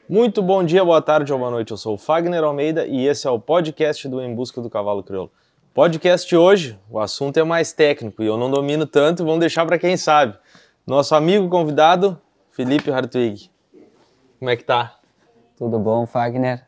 Muito bom dia, boa tarde ou boa noite. Eu sou o Fagner Almeida e esse é o podcast do Em Busca do Cavalo Crioulo. Podcast hoje, o assunto é mais técnico e eu não domino tanto, vamos deixar para quem sabe. Nosso amigo convidado, Felipe Hartwig. Como é que tá? Tudo bom, Fagner?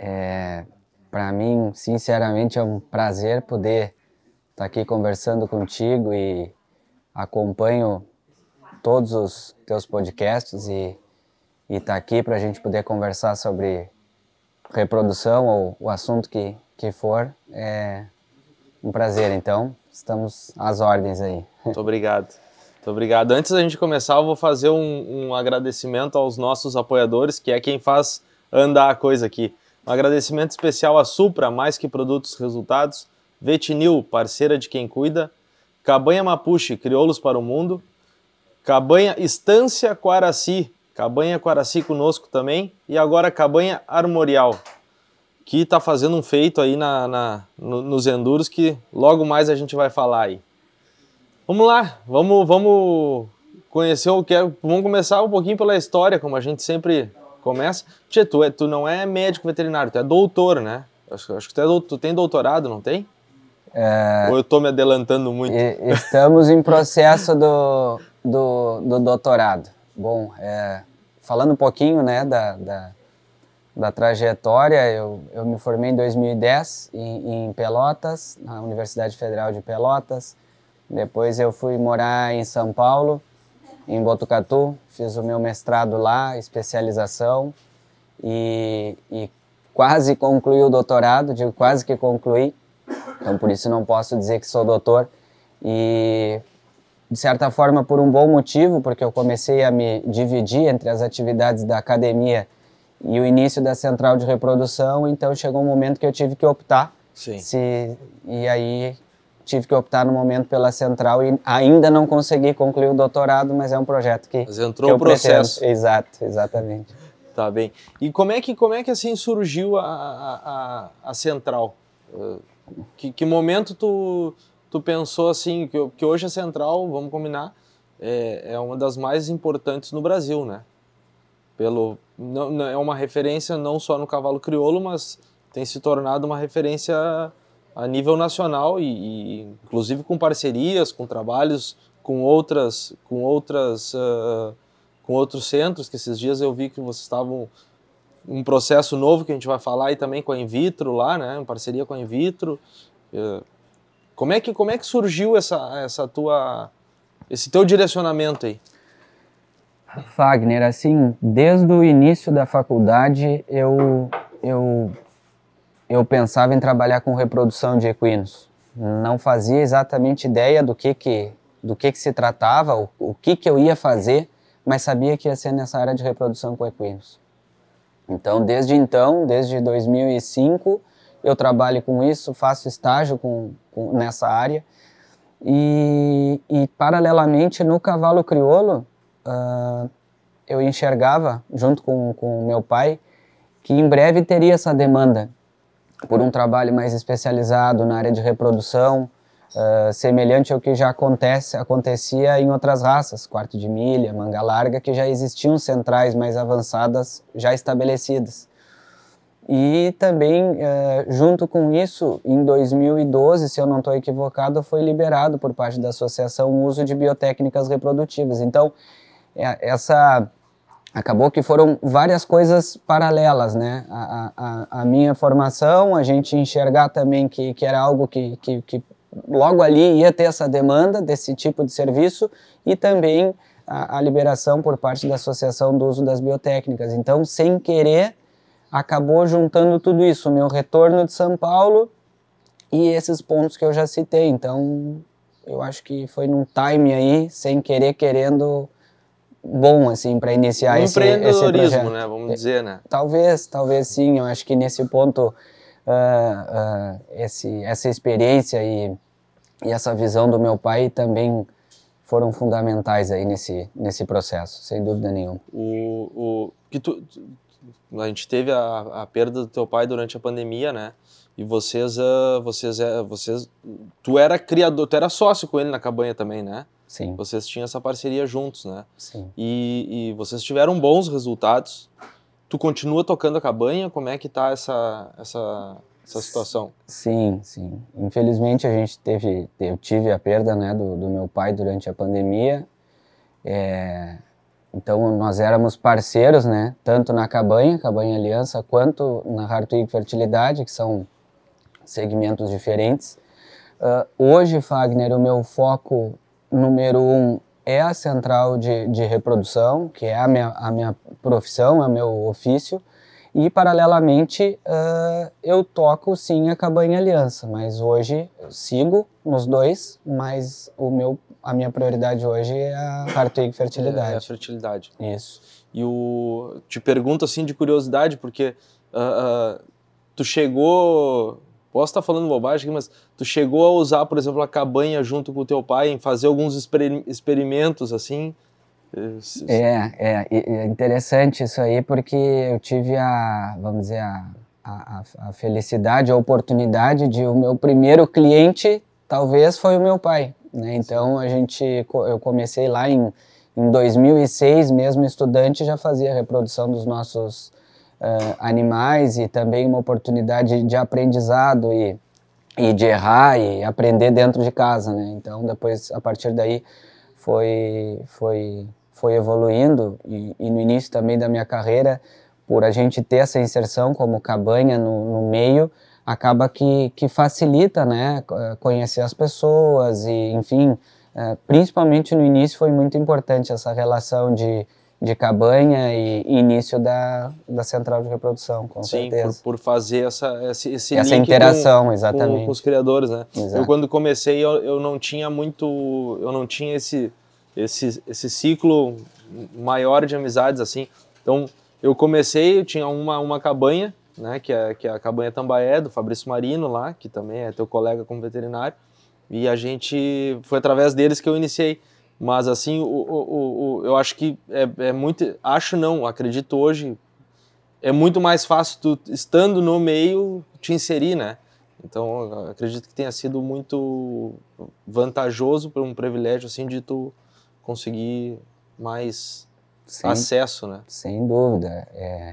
Para mim, sinceramente, é um prazer poder estar aqui conversando contigo e acompanho todos os teus podcasts e estar aqui para a gente poder conversar sobre reprodução ou o assunto que for. É um prazer, então, estamos às ordens aí. Muito obrigado. Muito obrigado. Antes da gente começar, eu vou fazer um agradecimento aos nossos apoiadores, que é quem faz andar a coisa aqui. Um agradecimento especial à Supra, mais que produtos, resultados, Vetinil, parceira de quem cuida, Cabanha Mapuche, crioulos para o mundo, Cabanha Estância Quaraci, Cabanha Quaraci conosco também, e agora Cabanha Armorial, que está fazendo um feito aí nos enduros que logo mais a gente vai falar aí. Vamos lá, vamos conhecer o que é, vamos começar um pouquinho pela história, como a gente sempre começa. Tchê, tu não é médico veterinário, tu é doutor, né? Acho que tu tem doutorado, não tem? Ou eu estou me adelantando muito? Estamos em processo do doutorado. Bom, falando um pouquinho, né, da trajetória, eu me formei em 2010 em Pelotas, na Universidade Federal de Pelotas. Depois eu fui morar em São Paulo, em Botucatu, fiz o meu mestrado lá, especialização, e quase concluí o doutorado, digo quase que concluí, então por isso não posso dizer que sou doutor, e de certa forma por um bom motivo, porque eu comecei a me dividir entre as atividades da academia e o início da central de reprodução, então chegou um momento que eu tive que optar. Sim. E aí tive que optar no momento pela central e ainda não consegui concluir o doutorado, mas é um projeto que Mas entrou o processo. Exato, exatamente. Tá bem. E como é que assim surgiu a central? Que momento tu pensou assim, que hoje a central, vamos combinar, é uma das mais importantes no Brasil, né? É uma referência não só no cavalo crioulo, mas tem se tornado uma referência a nível nacional e inclusive com parcerias, com trabalhos com outros centros, que esses dias eu vi que vocês estavam um processo novo que a gente vai falar e também com a Invitro lá, né, em parceria com a Invitro. Como é que surgiu esse teu direcionamento aí? Fagner, assim, desde o início da faculdade eu pensava em trabalhar com reprodução de equinos. Não fazia exatamente ideia do que se tratava, o que eu ia fazer, mas sabia que ia ser nessa área de reprodução com equinos. Então, desde 2005, eu trabalho com isso, faço estágio nessa área. E paralelamente, no cavalo crioulo, eu enxergava, junto com o meu pai, que em breve teria essa demanda por um trabalho mais especializado na área de reprodução, semelhante ao que já acontecia em outras raças, quarto de milha, manga larga, que já existiam centrais mais avançadas já estabelecidas. E também, junto com isso, em 2012, se eu não estou equivocado, foi liberado por parte da associação o uso de biotécnicas reprodutivas. Então, acabou que foram várias coisas paralelas, né? A minha formação, a gente enxergar também que era algo que logo ali ia ter essa demanda desse tipo de serviço e também a liberação por parte da associação do uso das biotécnicas. Então, sem querer, acabou juntando tudo isso, o meu retorno de São Paulo e esses pontos que eu já citei. Então, eu acho que foi num time aí, sem querer, querendo, bom, assim, para iniciar esse projeto. Né? Vamos dizer, né? Talvez sim. Eu acho que nesse ponto, essa experiência e essa visão do meu pai também foram fundamentais aí nesse processo, sem dúvida nenhuma. A gente teve a perda do teu pai durante a pandemia, né? E tu era criador, tu era sócio com ele na cabanha também, né? Sim. Vocês tinham essa parceria juntos, né? Sim. E vocês tiveram bons resultados. tu continua tocando a cabanha? Como é que tá essa situação? Sim. Infelizmente eu tive a perda, né, do meu pai durante a pandemia. Então nós éramos parceiros, né, tanto na Cabanha Aliança, quanto na Hartwig Fertilidade, que são segmentos diferentes. Hoje, Fagner, o meu foco número 1 é a central de reprodução, que é a minha profissão, é o meu ofício, e paralelamente eu toco sim a Cabanha Aliança, mas hoje eu sigo nos dois, mas a minha prioridade hoje é a Hartwig Fertilidade. É a fertilidade. Isso. E te pergunto assim de curiosidade, porque tu chegou, posso estar falando bobagem aqui, mas tu chegou a usar, por exemplo, a cabanha junto com o teu pai em fazer alguns experimentos assim? É interessante isso aí, porque eu tive a felicidade, a oportunidade de o meu primeiro cliente talvez foi o meu pai, né? Então eu comecei lá em 2006, mesmo estudante, já fazia a reprodução dos nossos animais, e também uma oportunidade de aprendizado e de errar e aprender dentro de casa, né? Então depois, a partir daí, foi evoluindo, e no início também da minha carreira, por a gente ter essa inserção como cabanha no meio, acaba que facilita, né, conhecer as pessoas, e enfim, principalmente no início foi muito importante essa relação de cabanha e início da central de reprodução, com certeza. Sim, por fazer esse essa link interação, exatamente. Com os criadores, né? Exato. Eu quando comecei, eu não tinha esse ciclo maior de amizades, assim. Então, eu tinha uma cabanha, né, que é a cabanha Tambaé, do Fabrício Marino lá, que também é teu colega como veterinário, e foi através deles que eu iniciei. Mas, assim, eu acho que acredito hoje, é muito mais fácil tu, estando no meio, te inserir, né? Então, eu acredito que tenha sido muito vantajoso, um privilégio, assim, de tu conseguir mais acesso, né? Sem dúvida.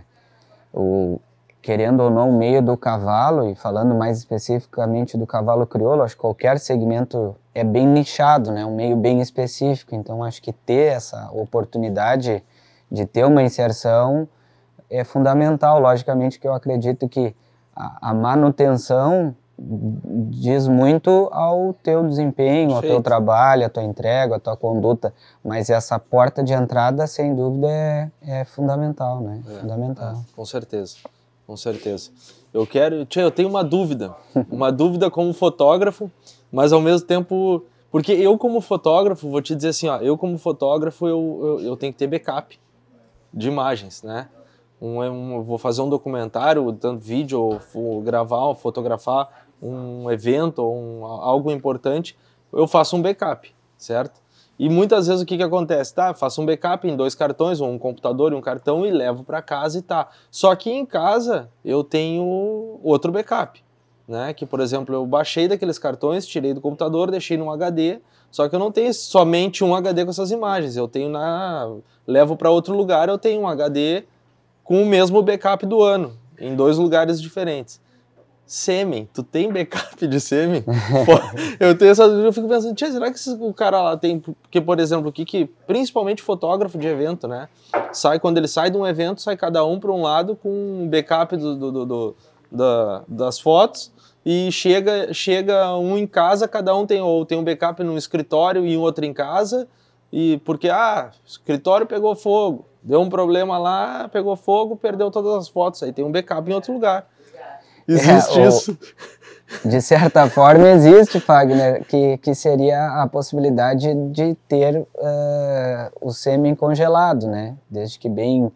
Querendo ou não, o meio do cavalo, e falando mais especificamente do cavalo crioulo, acho que qualquer segmento é bem nichado, né? Um meio bem específico. Então, acho que ter essa oportunidade de ter uma inserção é fundamental. Logicamente que eu acredito que a manutenção diz muito ao teu desempenho, Perfeito. Ao teu trabalho, à tua entrega, à tua conduta, mas essa porta de entrada, sem dúvida, é fundamental, né? Fundamental. Com certeza. Com certeza. Eu tenho uma dúvida como fotógrafo, mas ao mesmo tempo, porque eu como fotógrafo, vou te dizer assim, ó, eu como fotógrafo, eu tenho que ter backup de imagens, né? Vou fazer um documentário, tanto vídeo, ou fotografar um evento, ou algo importante, eu faço um backup, certo? E muitas vezes o que acontece? Faço um backup em 2 cartões, ou um computador e um cartão, e levo para casa e tá. Só que em casa eu tenho outro backup, né? Que, por exemplo, eu baixei daqueles cartões, tirei do computador, deixei num HD, só que eu não tenho somente um HD com essas imagens, eu tenho levo para outro lugar, eu tenho um HD com o mesmo backup do ano, em 2 lugares diferentes. Sêmen, tu tem backup de sêmen? Eu fico pensando, será que o cara lá tem? Porque, por exemplo, principalmente fotógrafo de evento, né? Quando ele sai de um evento, sai cada um para um lado com um backup das fotos, e chega um em casa, cada um tem um backup num escritório e um outro em casa, e porque, o escritório pegou fogo, deu um problema lá, pegou fogo, perdeu todas as fotos, aí tem um backup em outro lugar. Existe isso? De certa forma existe, Fagner, que seria a possibilidade de ter o sêmen congelado, né? Desde que bem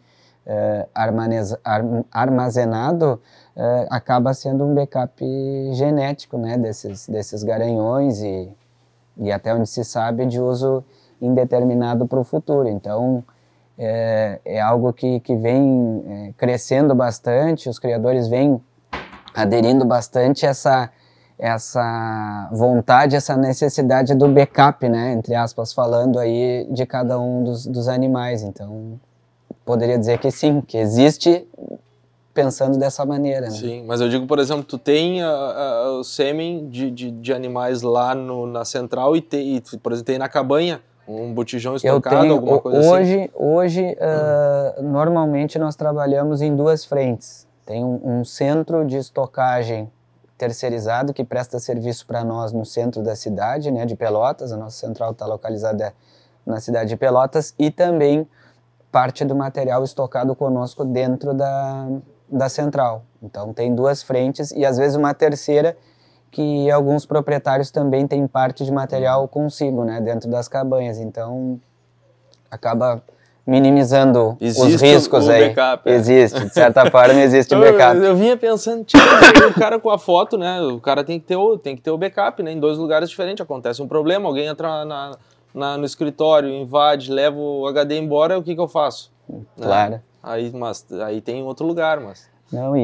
armazenado, acaba sendo um backup genético, né? Desses garanhões, e até onde se sabe de uso indeterminado para o futuro. Então, é algo que vem crescendo bastante, os criadores vêm aderindo bastante essa vontade, essa necessidade do backup, né, entre aspas, falando aí, de cada um dos animais. Então, poderia dizer que sim, que existe pensando dessa maneira, né? Sim, mas eu digo, por exemplo, tu tem o sêmen de animais lá na central e, por exemplo, tem na cabanha um botijão estocado, alguma coisa assim? Hoje, normalmente nós trabalhamos em duas frentes. Tem um centro de estocagem terceirizado que presta serviço para nós no centro da cidade, né, de Pelotas. A nossa central está localizada na cidade de Pelotas, e também parte do material estocado conosco dentro da central. Então tem duas frentes e às vezes uma terceira, que alguns proprietários também têm parte de material consigo, né, dentro das cabanhas. Então acaba minimizando os riscos o aí. backup, Existe, de certa forma existe o eu, backup. eu vinha pensando, o cara com a foto, né? O cara tem que ter o backup, né? Em 2 lugares diferentes. Acontece um problema, alguém entra no escritório, invade, leva o HD embora, o que eu faço? Claro. Né? Aí tem outro lugar, mas... Não,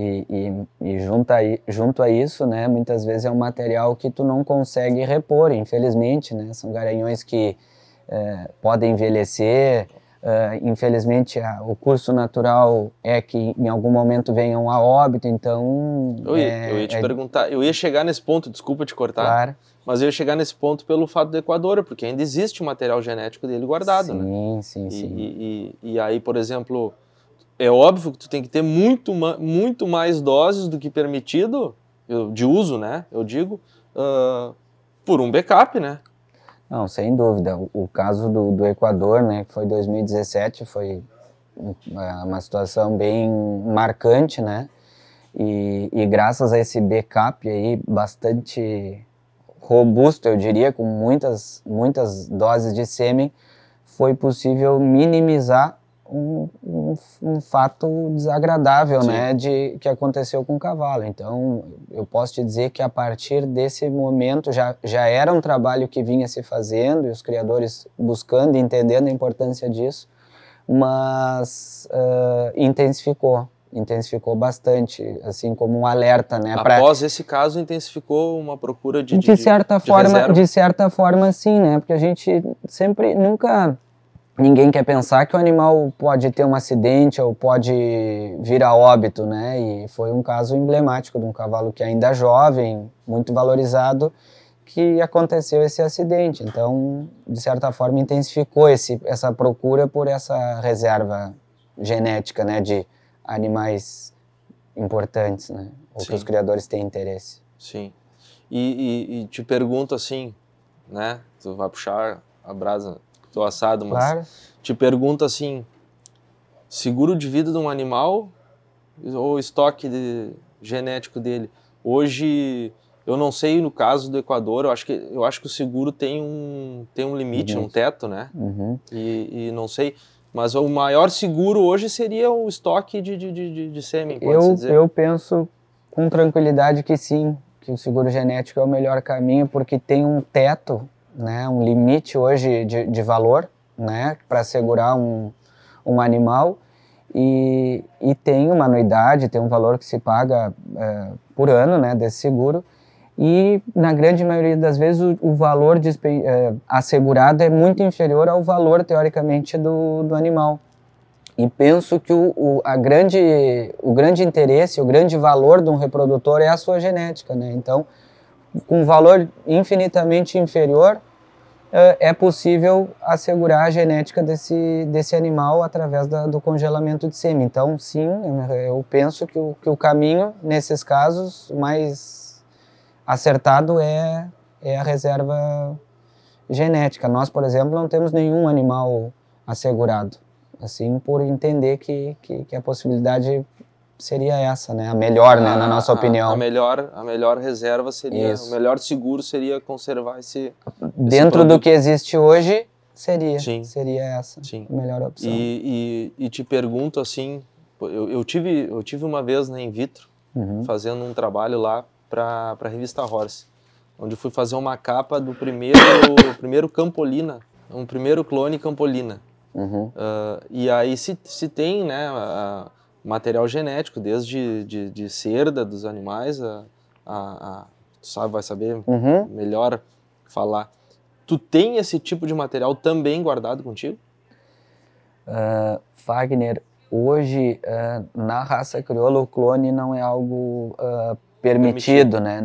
e junto a isso, né, muitas vezes é um material que tu não consegue repor, infelizmente, né? São garanhões que podem envelhecer. Infelizmente, o curso natural é que em algum momento venham a óbito, então... Eu ia te perguntar, eu ia chegar nesse ponto, desculpa te cortar, Claro. mas eu ia chegar nesse ponto pelo fato do Equador, porque ainda existe o material genético dele guardado, né? Sim. E aí, por exemplo, é óbvio que tu tem que ter muito mais doses do que permitido, de uso, né? Eu digo, por um backup, né? Não, sem dúvida. O caso do Equador, né, que foi 2017, foi uma situação bem marcante, né? E graças a esse backup aí bastante robusto, eu diria, com muitas doses de sêmen, foi possível minimizar um fato desagradável, Sim. né, que aconteceu com o cavalo. Então, eu posso te dizer que a partir desse momento já era um trabalho que vinha se fazendo, e os criadores buscando e entendendo a importância disso, mas intensificou bastante, assim como um alerta, né? Após esse caso, intensificou uma procura de certa forma, sim, né? Porque a gente ninguém quer pensar que o animal pode ter um acidente ou pode vir a óbito, né? E foi um caso emblemático de um cavalo que ainda é jovem, muito valorizado, que aconteceu esse acidente. Então, de certa forma, intensificou essa procura por essa reserva genética, né, de animais importantes, né, ou que os criadores têm interesse. Sim. E te pergunto assim, né, tu vai puxar a brasa do assado, mas Claro. te pergunto assim, seguro de vida de um animal ou estoque genético dele? Hoje, eu não sei no caso do Equador, eu acho que o seguro tem um limite, um teto, né? Uhum. E não sei, mas o maior seguro hoje seria o estoque de sêmen, pode-se dizer? Eu penso com tranquilidade que sim, que o seguro genético é o melhor caminho, porque tem um teto, né, um limite hoje de valor, né, para assegurar um animal, e tem uma anuidade, tem um valor que se paga por ano, né, desse seguro, e na grande maioria das vezes o valor assegurado é muito inferior ao valor, teoricamente, do animal. E penso que o grande interesse, o grande valor de um reprodutor é a sua genética, né? Então, com um valor infinitamente inferior, é possível assegurar a genética desse animal através do congelamento de sêmen. Então, sim, eu penso que o caminho, nesses casos, mais acertado é a reserva genética. Nós, por exemplo, não temos nenhum animal assegurado, assim, por entender que a possibilidade seria essa, né? A melhor, né, na nossa opinião. A melhor reserva seria, o melhor seguro seria conservar esse dentro produto. do que existe hoje, seria essa a melhor opção. E te pergunto assim, eu tive uma vez, né, in vitro, fazendo um trabalho lá para a revista Horse, onde fui fazer uma capa do primeiro Campolina, um primeiro clone Campolina. E aí se tem, né, material genético, desde de cerda dos animais, tu vai saber melhor falar. Tu tem esse tipo de material também guardado contigo? Fagner, hoje, na raça crioula, o clone não é algo permitido, né,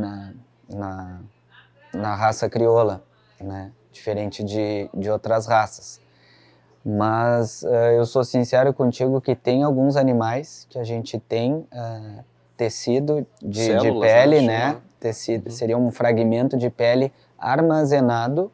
na raça crioula, né, diferente de outras raças. Mas eu sou sincero contigo que tem alguns animais que a gente tem tecido de pele, né? Tecido, seria um fragmento de pele armazenado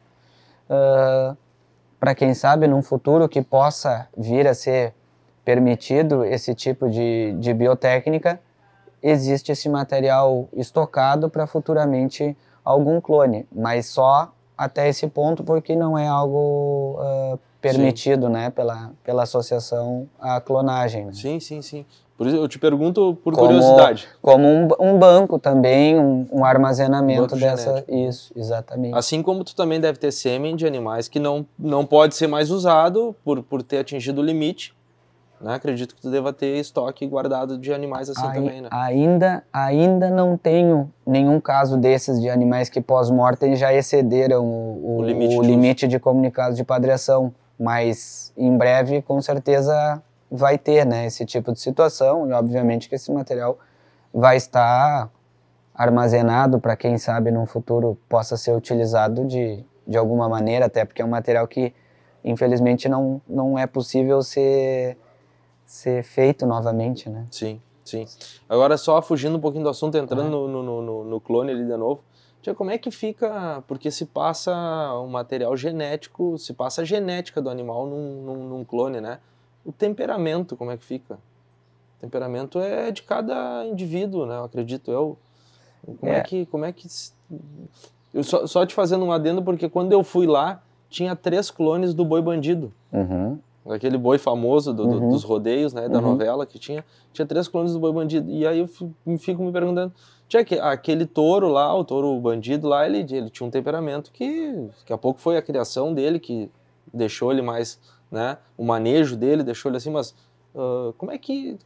para quem sabe num futuro que possa vir a ser permitido esse tipo de biotécnica, existe esse material estocado para futuramente algum clone, mas só até esse ponto porque não é algo permitido, né, pela associação à clonagem. Né? Sim. Por isso eu te pergunto por curiosidade. Como um banco também, um armazenamento dessa... Genético. Isso, exatamente. Assim como tu também deve ter sêmen de animais que não pode ser mais usado por ter atingido o limite. Né? Acredito que tu deva ter estoque guardado de animais assim também, né? Ainda não tenho nenhum caso desses de animais que pós-mortem já excederam o limite de comunicados de padreação. Mas em breve, com certeza, vai ter, né, esse tipo de situação. E obviamente que esse material vai estar armazenado para quem sabe num futuro possa ser utilizado de alguma maneira, até porque é um material que infelizmente não é possível ser feito novamente, né? Sim. Agora só fugindo um pouquinho do assunto, entrando no clone ali de novo, como é que fica, porque se passa um material genético, se passa a genética do animal num clone, né? O temperamento, como é que fica? O temperamento é de cada indivíduo, né? Eu acredito eu. Como é que... Eu só te fazendo um adendo, porque quando eu fui lá, tinha 3 clones do boi bandido. Aquele boi famoso dos rodeios, né, da novela que tinha 3 clones do boi bandido. E aí eu fico me perguntando, aquele touro lá, o touro bandido lá, ele tinha um temperamento que daqui a pouco foi a criação dele que deixou ele mais, né, o manejo dele deixou ele assim, mas como é que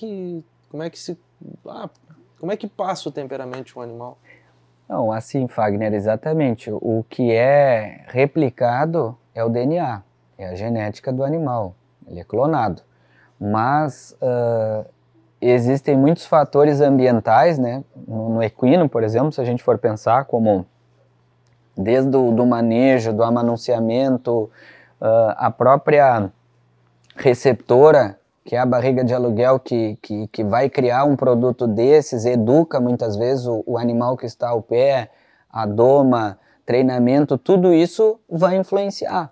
passa o temperamento de um animal? Não, assim, Fagner, exatamente. O que é replicado é o DNA. É a genética do animal, ele é clonado. Mas existem muitos fatores ambientais, né? No equino, por exemplo, se a gente for pensar como desde do manejo, do amanunciamento, a própria receptora, que é a barriga de aluguel que vai criar um produto desses, educa muitas vezes o animal que está ao pé, a doma, treinamento, tudo isso vai influenciar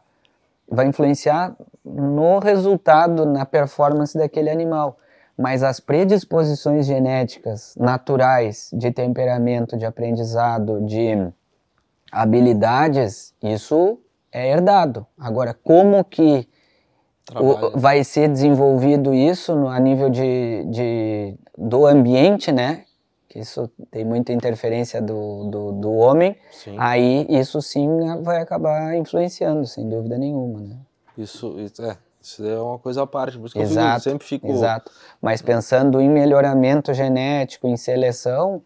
no resultado, na performance daquele animal. Mas as predisposições genéticas naturais de temperamento, de aprendizado, de habilidades, isso é herdado. Agora, como que vai ser desenvolvido isso a nível do ambiente, né? Que isso tem muita interferência do homem, sim. Aí isso sim vai acabar influenciando, sem dúvida nenhuma, né? Isso é uma coisa à parte, por isso que eu sempre fico... Exato, mas pensando em melhoramento genético, em seleção,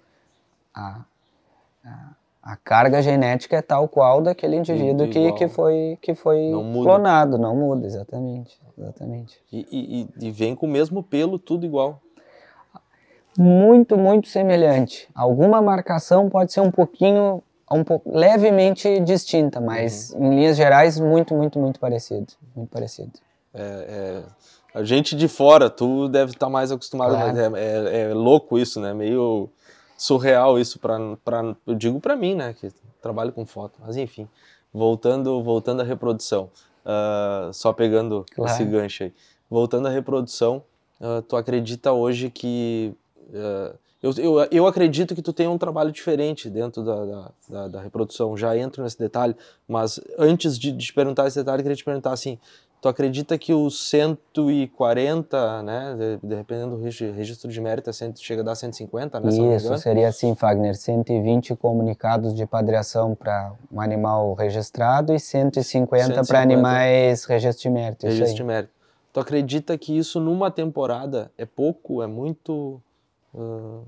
a carga genética é tal qual daquele indivíduo que foi clonado, não muda, exatamente. E vem com o mesmo pelo, tudo igual. Muito, muito semelhante. Alguma marcação pode ser um pouquinho, levemente distinta, mas em linhas gerais, muito, muito, muito parecido. Muito parecido. A gente de fora, tu deve estar mais acostumado, Claro. Mas é louco isso, né? Meio surreal isso, eu digo pra mim, né? Que trabalho com foto. Mas enfim, voltando à reprodução. Só pegando esse gancho aí. Voltando à reprodução, tu acredita hoje que... Eu acredito que tu tem um trabalho diferente dentro da reprodução, já entro nesse detalhe, mas antes de te perguntar esse detalhe, eu queria te perguntar assim, tu acredita que os 140, né, dependendo do registro de mérito, chega a dar 150, né? Isso, seria assim, Fagner, 120 comunicados de padreação para um animal registrado e 150 para animais registro de mérito. Registro de mérito. Tu acredita que isso numa temporada é pouco, é muito... O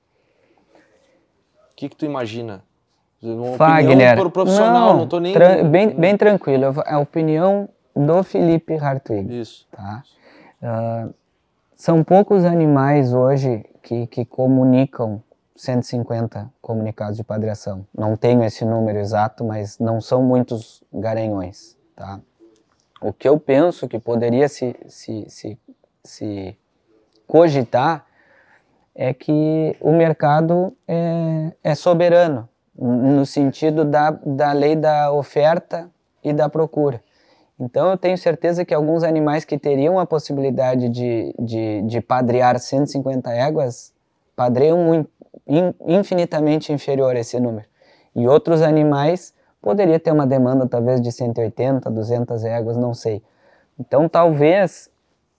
que tu imagina? Uma Fagner, opinião profissional, não tô nem... bem tranquilo. A opinião do Felipe Hartwig. Isso. Tá? São poucos animais hoje que comunicam 150 comunicados de padreação. Não tenho esse número exato, mas não são muitos garanhões. Tá? O que eu penso que poderia se cogitar é que o mercado é soberano, no sentido da lei da oferta e da procura. Então eu tenho certeza que alguns animais que teriam a possibilidade de padrear 150 éguas, padreiam infinitamente inferior a esse número. E outros animais poderia ter uma demanda talvez de 180, 200 éguas, não sei. Então talvez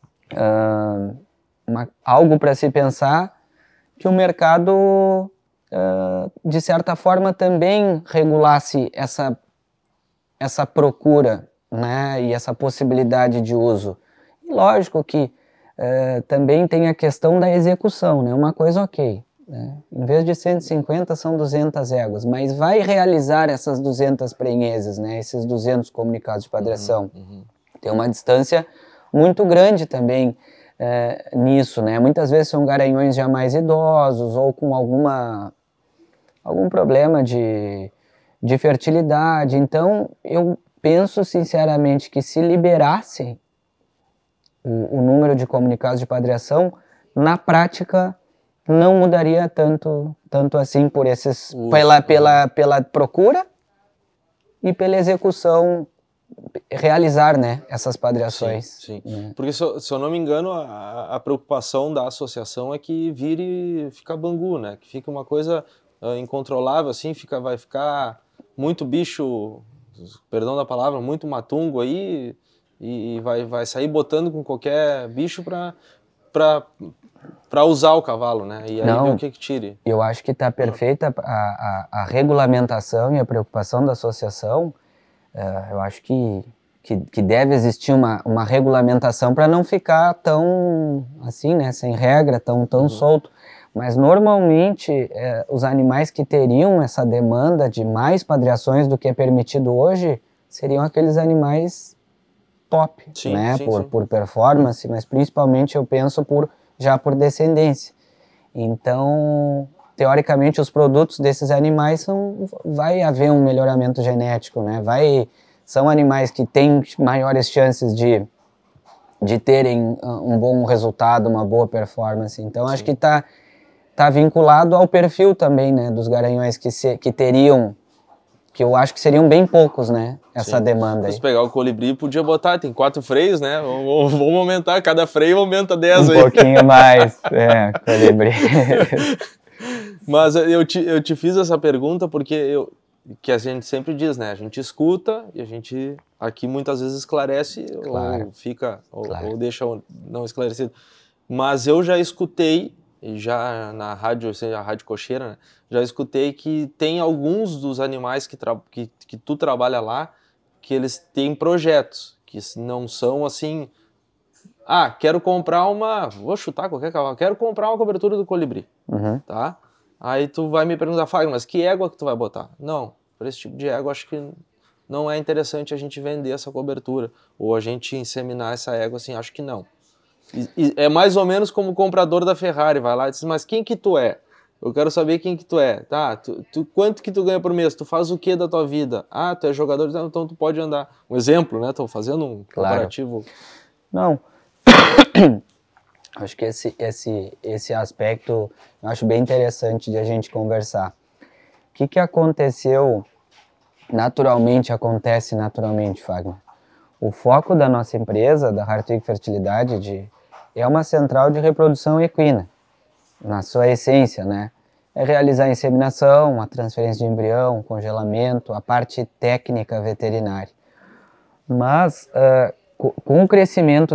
algo para se pensar que o mercado, de certa forma, também regulasse essa procura, né, e essa possibilidade de uso. E lógico que também tem a questão da execução, né, uma coisa ok. Né, em vez de 150 são 200 éguas, mas vai realizar essas 200 prenheses, né, esses 200 comunicados de padreação. Tem uma distância muito grande também nisso, né? Muitas vezes são garanhões já mais idosos ou com algum problema de fertilidade. Então, eu penso sinceramente que se liberasse o número de comunicados de padreação, na prática não mudaria tanto assim por esses, pela procura e pela execução, realizar, né, essas padreações. Sim. Porque se eu não me engano, a preocupação da associação é que fica Bangu, né? Que fica uma coisa incontrolável, assim, vai ficar muito bicho, perdão da palavra, muito matungo aí, e vai sair botando com qualquer bicho para usar o cavalo, né? E aí ver o que tire. Eu acho que está perfeita a regulamentação e a preocupação da associação. Eu acho que deve existir uma regulamentação para não ficar tão assim, né, sem regra, tão solto. Mas normalmente os animais que teriam essa demanda de mais padreações do que é permitido hoje seriam aqueles animais top, né, por performance, mas principalmente eu penso já por descendência. Então, teoricamente, os produtos desses animais vai haver um melhoramento genético, né? São animais que têm maiores chances de terem um bom resultado, uma boa performance. Então, acho que tá vinculado ao perfil também, né, dos garanhões que teriam, que eu acho que seriam bem poucos, né, essa demanda aí. Se pegar o colibri, podia botar, tem 4 freios, né, vamos aumentar, cada freio aumenta 10 aí. Um pouquinho mais, colibri. Mas eu te fiz essa pergunta porque que a gente sempre diz, né, a gente escuta e a gente aqui muitas vezes esclarece, claro, ou fica, ou deixa não esclarecido. Mas eu já escutei, e já na rádio, a Rádio Cocheira, né, já escutei que tem alguns dos animais que tu trabalha lá, que eles têm projetos, que não são assim, quero comprar vou chutar qualquer cavalo, quero comprar uma cobertura do colibri, tá? Aí tu vai me perguntar, Fagner, mas que égua que tu vai botar? Não, para esse tipo de égua acho que não é interessante a gente vender essa cobertura, ou a gente inseminar essa égua assim, acho que não. E é mais ou menos como o comprador da Ferrari, vai lá e diz, mas quem que tu é? Eu quero saber quem que tu é, tá? Quanto que tu ganha por mês? Tu faz o que da tua vida? Tu é jogador, então tu pode andar. Um exemplo, né? Tô fazendo um comparativo. Não, acho que esse aspecto eu acho bem interessante de a gente conversar. O que aconteceu acontece naturalmente, Fagner. O foco da nossa empresa, da Hartwig Fertilidade, é uma central de reprodução equina, na sua essência, né? É realizar a inseminação, a transferência de embrião, congelamento, a parte técnica veterinária. Mas, com o crescimento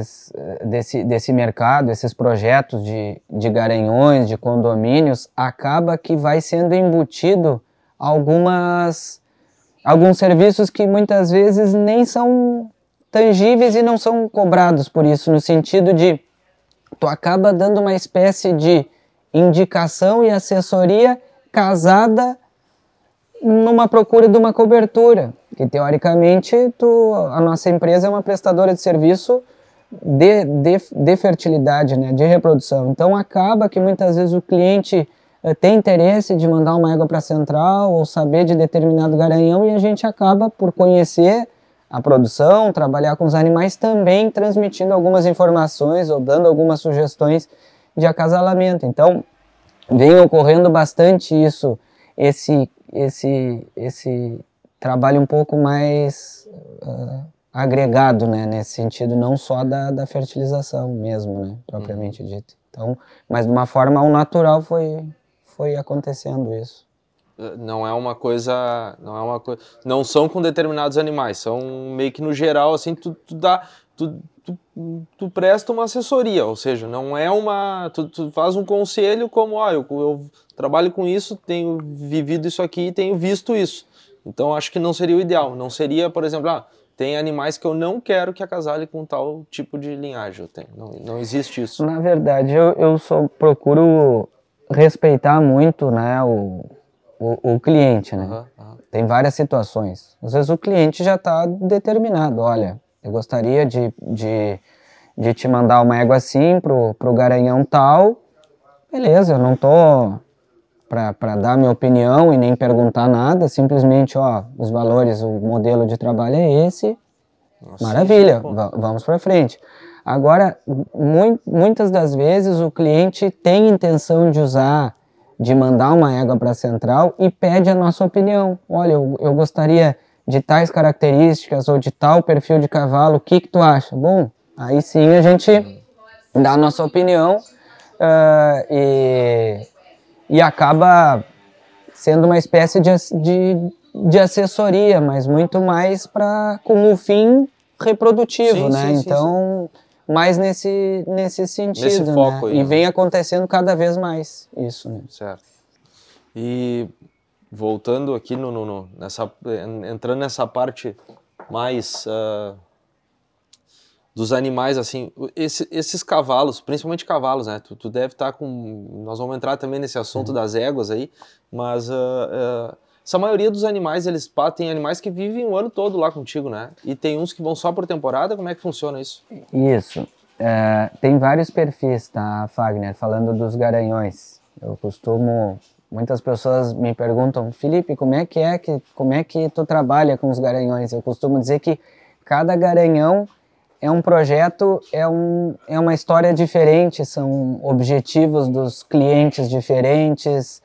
desse mercado, esses projetos de garanhões, de condomínios, acaba que vai sendo embutido alguns serviços que muitas vezes nem são tangíveis e não são cobrados por isso, no sentido de tu acaba dando uma espécie de indicação e assessoria casada numa procura de uma cobertura, que teoricamente a nossa empresa é uma prestadora de serviço de fertilidade, né, de reprodução. Então acaba que muitas vezes o cliente tem interesse de mandar uma égua para a central ou saber de determinado garanhão e a gente acaba por conhecer a produção, trabalhar com os animais, também transmitindo algumas informações ou dando algumas sugestões de acasalamento. Então vem ocorrendo bastante isso, esse trabalho um pouco mais agregado, né, nesse sentido, não só da fertilização mesmo, né, propriamente dito. Então, mas de uma forma ao natural foi acontecendo isso. Não é uma coisa, não são com determinados animais, são meio que no geral, assim, tu presta uma assessoria, ou seja, não é tu faz um conselho como, eu trabalho com isso, tenho vivido isso aqui, tenho visto isso. Então, acho que não seria o ideal. Não seria, por exemplo, tem animais que eu não quero que acasale com tal tipo de linhagem. Não existe isso. Na verdade, eu só procuro respeitar muito, né, o cliente, né? Tem várias situações. Às vezes o cliente já está determinado. Olha, eu gostaria de te mandar uma égua assim pro garanhão tal. Beleza, eu não tô para dar minha opinião e nem perguntar nada. Simplesmente, os valores, o modelo de trabalho é esse. Nossa, maravilha, vamos para frente. Agora, muitas das vezes o cliente tem intenção de mandar uma égua para a central e pede a nossa opinião. Olha, eu gostaria de tais características ou de tal perfil de cavalo, o que tu acha? Bom, aí sim a gente dá a nossa opinião e acaba sendo uma espécie de assessoria, mas muito mais com o fim reprodutivo, né? Então, mais nesse sentido, nesse foco, né? Aí, e vem acontecendo cada vez mais isso, né? Certo. E voltando aqui entrando nessa parte mais dos animais, assim, esses cavalos, principalmente cavalos, né? Tu deve estar com... Nós vamos entrar também nesse assunto das éguas aí, mas essa maioria dos animais, tem animais que vivem o ano todo lá contigo, né? E tem uns que vão só por temporada, como é que funciona isso? Isso. Tem vários perfis, tá, Fagner? Falando dos garanhões. Muitas pessoas me perguntam, Felipe, como é que tu trabalha com os garanhões? Eu costumo dizer que cada garanhão é um projeto, é uma história diferente, são objetivos dos clientes diferentes,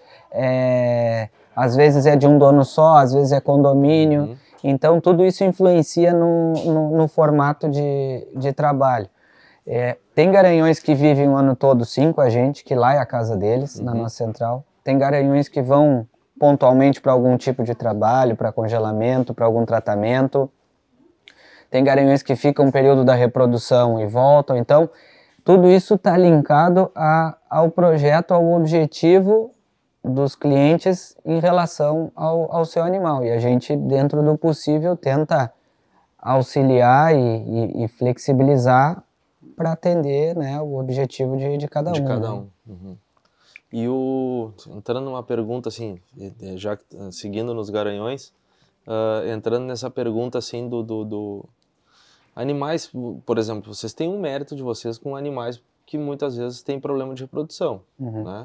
às vezes é de um dono só, às vezes é condomínio, então tudo isso influencia no formato de trabalho. Tem garanhões que vivem o ano todo sim com a gente, que lá é a casa deles, na nossa central. Tem garanhões que vão pontualmente para algum tipo de trabalho, para congelamento, para algum tratamento. Tem garanhões que ficam um período da reprodução e voltam. Então, tudo isso está linkado ao projeto, ao objetivo dos clientes em relação ao seu animal. E a gente, dentro do possível, tenta auxiliar e flexibilizar para atender, né, o objetivo de cada um. De cada um. Né? E entrando numa pergunta assim, já seguindo nos garanhões, entrando nessa pergunta assim do animais, por exemplo, vocês têm um mérito de vocês com animais que muitas vezes têm problema de reprodução, né?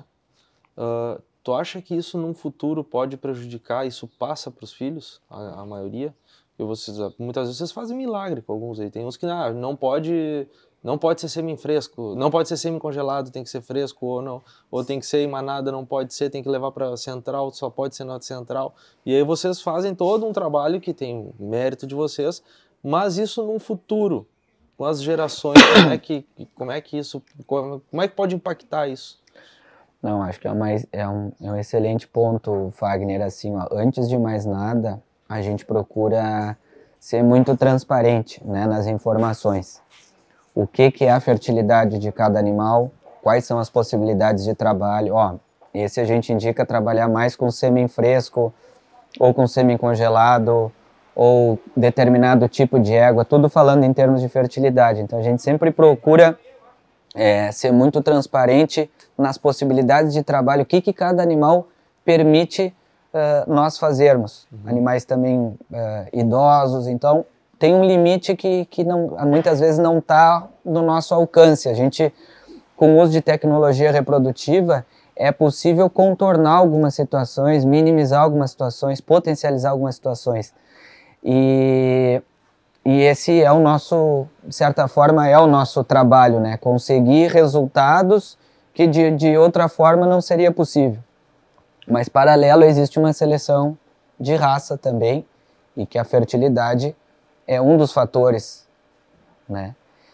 Tu acha que isso num futuro pode prejudicar, isso passa para os filhos, a maioria? Muitas vezes vocês fazem milagre com alguns aí, tem uns que não pode ser semi-fresco, não pode ser semi-congelado, tem que ser fresco ou tem que ser em manada, não pode ser, tem que levar para central, só pode ser na central. E aí vocês fazem todo um trabalho que tem mérito de vocês, mas isso num futuro, com as gerações, como é que pode impactar isso? Não, acho que é um excelente ponto, Fagner. Assim, antes de mais nada, a gente procura ser muito transparente, né, nas informações. O que é a fertilidade de cada animal, quais são as possibilidades de trabalho. Esse a gente indica trabalhar mais com semi-fresco ou com semi-congelado ou determinado tipo de égua, tudo falando em termos de fertilidade. Então a gente sempre procura ser muito transparente nas possibilidades de trabalho, o que cada animal permite nós fazermos. Animais também idosos, então tem um limite que não, muitas vezes não está no nosso alcance. A gente, com o uso de tecnologia reprodutiva, é possível contornar algumas situações, minimizar algumas situações, potencializar algumas situações. E esse é o nosso, de certa forma, é o nosso trabalho, né? Conseguir resultados que de outra forma não seria possível. Mas, paralelo, existe uma seleção de raça também, e que a fertilidade é um dos fatores, né?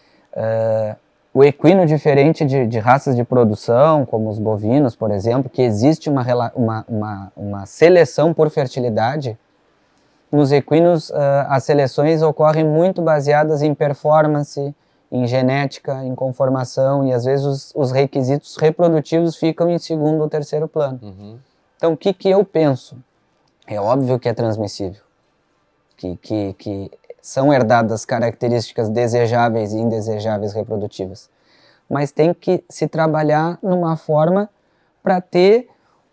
O equino, diferente de raças de produção, como os bovinos, por exemplo, que existe uma seleção por fertilidade, nos equinos as seleções ocorrem muito baseadas em performance, em genética, em conformação, e às vezes os requisitos reprodutivos ficam em segundo ou terceiro plano. Então, o que eu penso? É óbvio que é transmissível, que são herdadas características desejáveis e indesejáveis reprodutivas, mas tem que se trabalhar numa forma para ter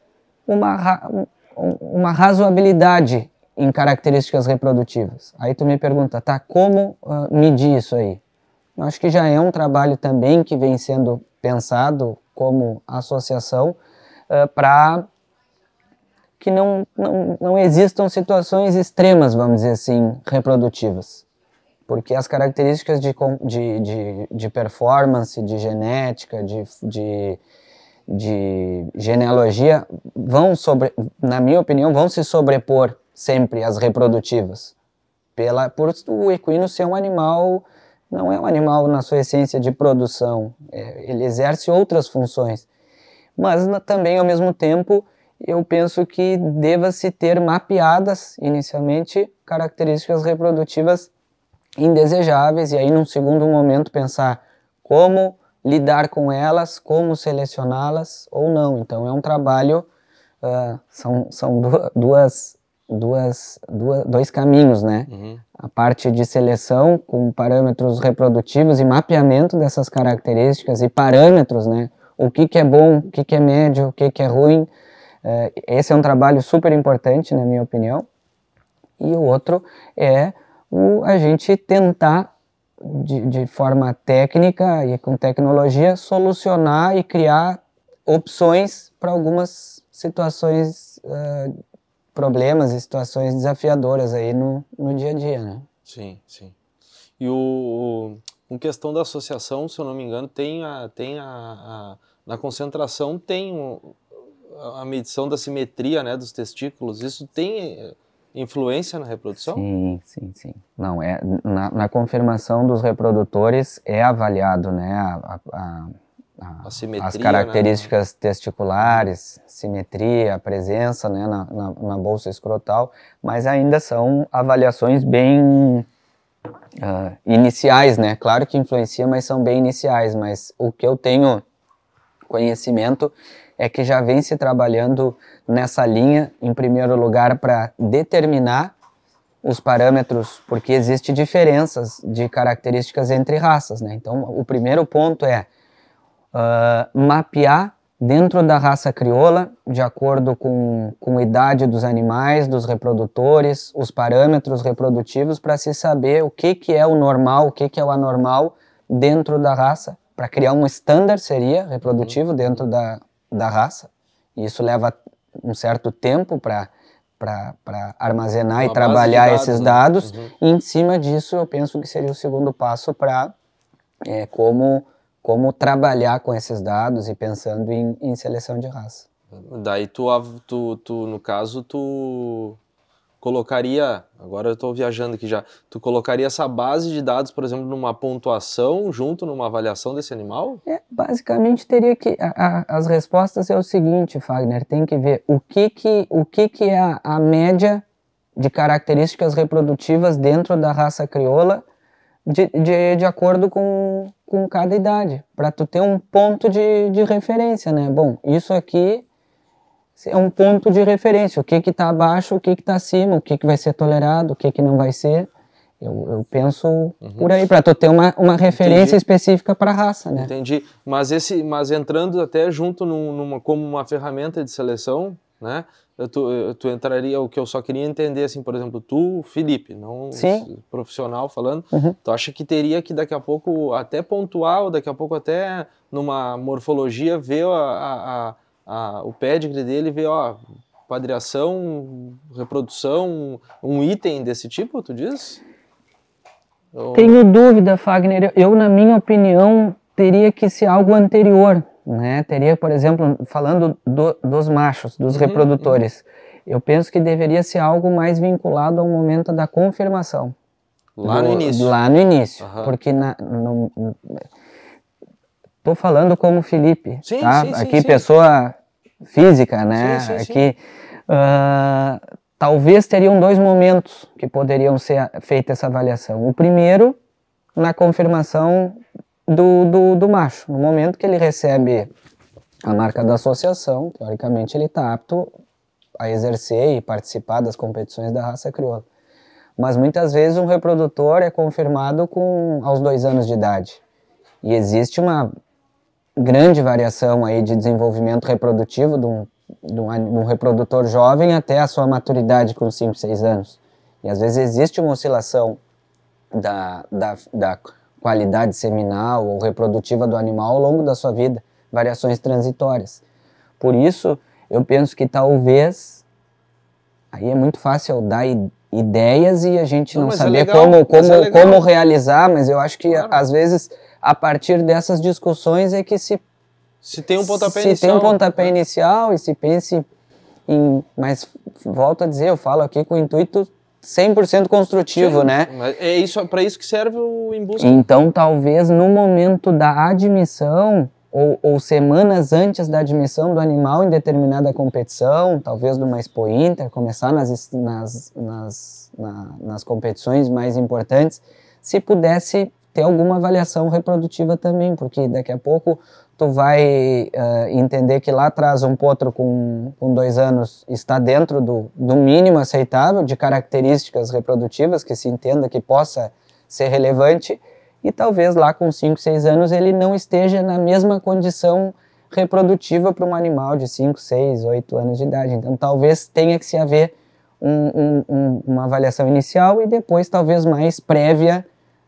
uma razoabilidade em características reprodutivas. Aí tu me pergunta, tá, como medir isso aí? Eu acho que já é um trabalho também que vem sendo pensado como associação para que não existam situações extremas, vamos dizer assim, reprodutivas. Porque as características de performance, de genética, de genealogia, na minha opinião, vão se sobrepor sempre às reprodutivas. Por o equino ser um animal, não é um animal na sua essência de produção, ele exerce outras funções. Mas também, ao mesmo tempo, eu penso que deva-se ter mapeadas, inicialmente, características reprodutivas indesejáveis, e aí, num segundo momento, pensar como lidar com elas, como selecioná-las ou não. Então, é um trabalho, são dois caminhos, né? A parte de seleção com parâmetros reprodutivos e mapeamento dessas características e parâmetros, né? O que é bom, o que é médio, o que é ruim. Esse é um trabalho super importante, na minha opinião. E o outro é a gente tentar, de forma técnica e com tecnologia, solucionar e criar opções para algumas situações, problemas e situações desafiadoras aí no dia a dia, né? Sim, sim. E com questão da associação, se eu não me engano, na concentração tem a medição da simetria, né, dos testículos. Isso tem influência na reprodução? Sim. Não, na confirmação dos reprodutores é avaliado, né, a simetria, as características, né, testiculares, simetria, a presença, né, na bolsa escrotal, mas ainda são avaliações bem iniciais, né? Claro que influencia, mas são bem iniciais. Mas o que eu tenho conhecimento é que já vem se trabalhando nessa linha, em primeiro lugar, para determinar os parâmetros, porque existem diferenças de características entre raças, né? Então, o primeiro ponto é mapear dentro da raça crioula, de acordo com a idade dos animais, dos reprodutores, os parâmetros reprodutivos, para se saber o que é o normal, o que é o anormal dentro da raça, para criar um standard, seria, reprodutivo dentro da raça. E isso leva um certo tempo para armazenar e trabalhar dados, esses dados. Né? E em cima disso, eu penso que seria o segundo passo para como trabalhar com esses dados e pensando em seleção de raça. Daí no caso, tu colocaria, agora eu estou viajando aqui já, tu colocaria essa base de dados, por exemplo, numa pontuação junto numa avaliação desse animal? Basicamente teria que, as respostas é o seguinte, Fagner, tem que ver o que é a média de características reprodutivas dentro da raça crioula de acordo com cada idade, para tu ter um ponto de referência, né? Bom, isso aqui é um ponto de referência, o que está abaixo, o que está acima, o que vai ser tolerado, o que não vai ser. Eu penso por aí, para tu ter uma referência específica para a raça, né? Entendi. Mas entrando até junto como uma ferramenta de seleção, né? tu entraria, o que eu só queria entender, assim, por exemplo, tu, Felipe, não profissional falando, tu acha que teria que daqui a pouco até pontuar, ou daqui a pouco até numa morfologia ver o pedigree dele, ver, padreação, reprodução, um item desse tipo, tu diz? Tenho dúvida, Fagner. Eu, na minha opinião, teria que ser algo anterior, né? Teria, por exemplo, falando dos machos, dos reprodutores, eu penso que deveria ser algo mais vinculado ao momento da confirmação. Lá no início. Lá no início, porque tô falando como Felipe, tá? Aqui pessoa física, né? Aqui talvez teriam 2 momentos que poderiam ser feita essa avaliação. O primeiro, na confirmação do macho. No momento que ele recebe a marca da associação, teoricamente ele está apto a exercer e participar das competições da raça crioula. Mas muitas vezes um reprodutor é confirmado aos 2 anos de idade. E existe uma grande variação aí de desenvolvimento reprodutivo de um reprodutor jovem até a sua maturidade com 5, 6 anos. E às vezes existe uma oscilação da qualidade seminal ou reprodutiva do animal ao longo da sua vida, variações transitórias. Por isso, eu penso que talvez, aí é muito fácil dar ideias e a gente não saber como realizar, mas eu acho que às vezes, a partir dessas discussões é que se tem um pontapé inicial. Se tem um pontapé inicial e se pense em... Mas, volto a dizer, eu falo aqui com o intuito 100% construtivo, né? É para isso que serve o Em Busca. Então, talvez no momento da admissão, ou semanas antes da admissão do animal em determinada competição, talvez numa Expo Inter, começar nas competições mais importantes, se pudesse ter alguma avaliação reprodutiva também, porque daqui a pouco tu vai entender que lá atrás um potro com 2 anos está dentro do mínimo aceitável de características reprodutivas que se entenda que possa ser relevante, e talvez lá com 5, 6 anos ele não esteja na mesma condição reprodutiva para um animal de 5, 6, 8 anos de idade. Então talvez tenha que se haver uma avaliação inicial e depois talvez mais prévia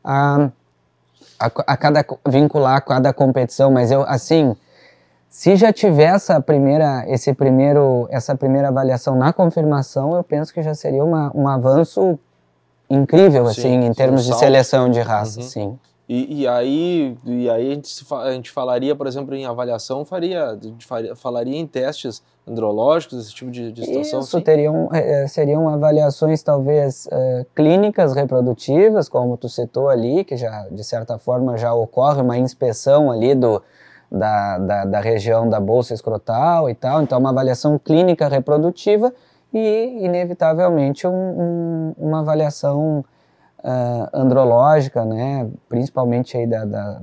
vincular a cada competição, mas eu, assim, se já tiver essa primeira avaliação na confirmação, eu penso que já seria um avanço incrível, assim, em termos de seleção de raça, sim. E aí a gente falaria, por exemplo, em avaliação, falaria em testes andrológicos, esse tipo de situação? Isso, seriam avaliações talvez clínicas reprodutivas, como tu citou ali, que já, de certa forma, já ocorre uma inspeção ali da região da bolsa escrotal e tal, então uma avaliação clínica reprodutiva e, inevitavelmente, uma avaliação andrológica, né, principalmente aí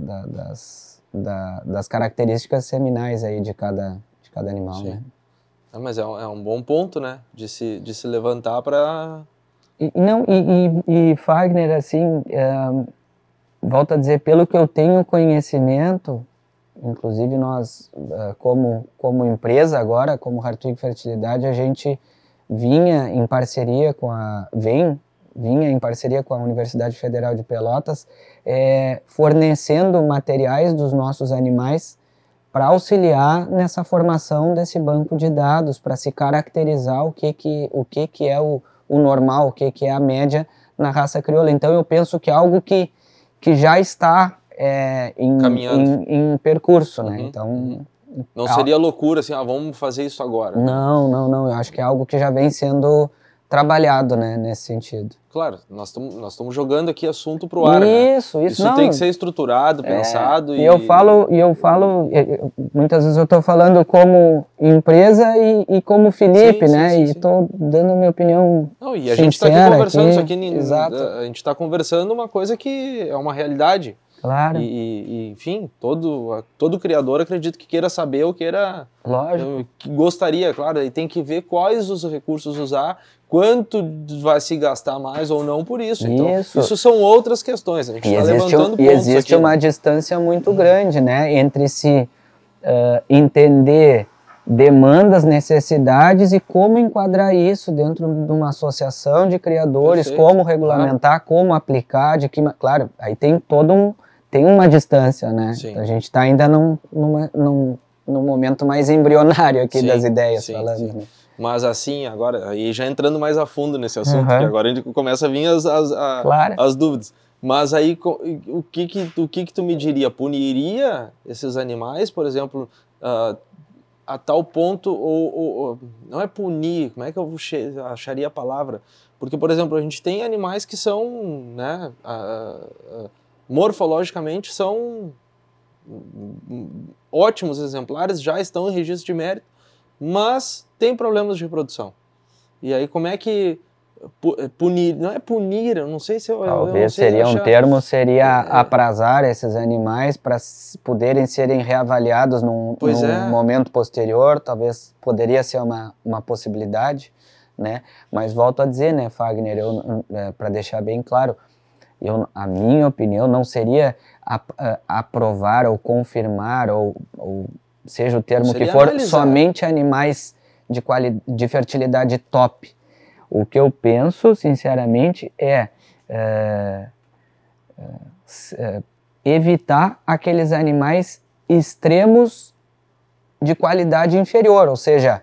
das características seminais aí de cada animal, né. Mas é um bom ponto, né, de se levantar para... E Fagner, assim, volto a dizer, pelo que eu tenho conhecimento, inclusive nós, como empresa agora, como Hartwig Fertilidade, a gente vinha em parceria com a Universidade Federal de Pelotas, fornecendo materiais dos nossos animais para auxiliar nessa formação desse banco de dados, para se caracterizar o que é o normal, o que é a média na raça crioula. Então eu penso que é algo que já está em percurso, né? Então... Não seria loucura assim, vamos fazer isso agora. Não, eu acho que é algo que já vem sendo trabalhado, né, nesse sentido. Claro, nós estamos jogando aqui assunto pro ar, Isso não, tem que ser estruturado, pensado. E eu falo, muitas vezes eu estou falando como empresa e como Felipe, né, e estou dando minha opinião. Não, e a gente está aqui conversando, isso aqui, exato. A gente está conversando uma coisa que é uma realidade. Claro. E enfim, todo criador acredito que queira saber ou queira... Lógico. Que gostaria, claro, e tem que ver quais os recursos usar, quanto vai se gastar mais ou não por isso. Então, isso são outras questões. A gente está levantando pontos. E existe uma distância muito grande, né, entre se entender demandas, necessidades e como enquadrar isso dentro de uma associação de criadores, Perfeito. como regulamentar, como aplicar, claro, aí tem tem uma distância, né? Sim. A gente está ainda num momento mais embrionário aqui das ideias falando. Sim. Né? Mas assim, agora, aí já entrando mais a fundo nesse assunto, que agora a gente começa a vir as dúvidas. Mas aí, o que tu me diria? Puniria esses animais, por exemplo, a tal ponto, ou não é punir, como é que eu acharia a palavra? Porque, por exemplo, a gente tem animais que são, né, morfologicamente são ótimos exemplares, já estão em registro de mérito, mas tem problemas de reprodução. E aí como é que punir, não é punir, eu não sei se eu... Talvez seria um termo, seria aprazar esses animais para poderem serem reavaliados num momento posterior, talvez poderia ser uma possibilidade, né? Mas volto a dizer, né, Fagner, para deixar bem claro, a minha opinião não seria aprovar ou confirmar, ou seja o termo que for, somente animais de fertilidade top. O que eu penso, sinceramente, é evitar aqueles animais extremos de qualidade inferior, ou seja,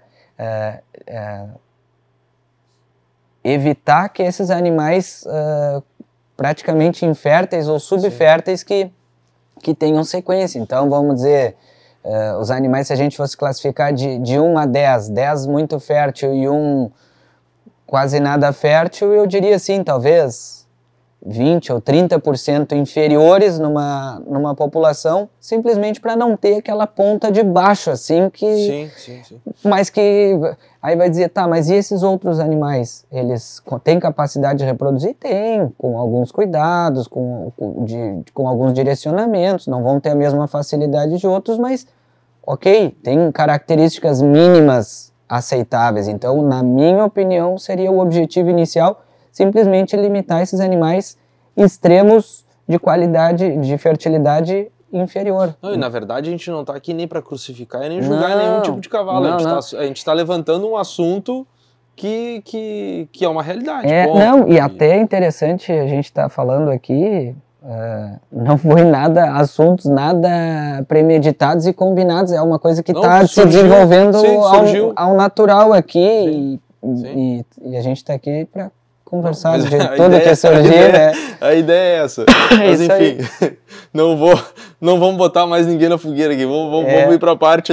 evitar que esses animais praticamente inférteis ou subférteis que tenham sequência. Então, vamos dizer, os animais, se a gente fosse classificar de 1 a 10, 10 muito fértil e 1 quase nada fértil, eu diria assim, talvez 20 ou 30% inferiores numa população, simplesmente para não ter aquela ponta de baixo, assim, que... Sim. Mas que... Aí vai dizer, tá, mas e esses outros animais? Eles têm capacidade de reproduzir? Tem, com alguns cuidados, com alguns direcionamentos, não vão ter a mesma facilidade de outros, mas, ok, tem características mínimas aceitáveis. Então, na minha opinião, seria o objetivo inicial simplesmente limitar esses animais extremos de qualidade, de fertilidade inferior. Não, e na verdade a gente não está aqui nem para crucificar e nem julgar nenhum tipo de cavalo. A gente está levantando um assunto que é uma realidade. E até é interessante a gente estar falando aqui, não foi assuntos nada premeditados e combinados, é uma coisa que está se desenvolvendo ao natural aqui. Sim. E a gente está aqui para conversar de tudo que surgir, né? A ideia é essa. Mas enfim, não vamos botar mais ninguém na fogueira aqui. Vamos ir para a parte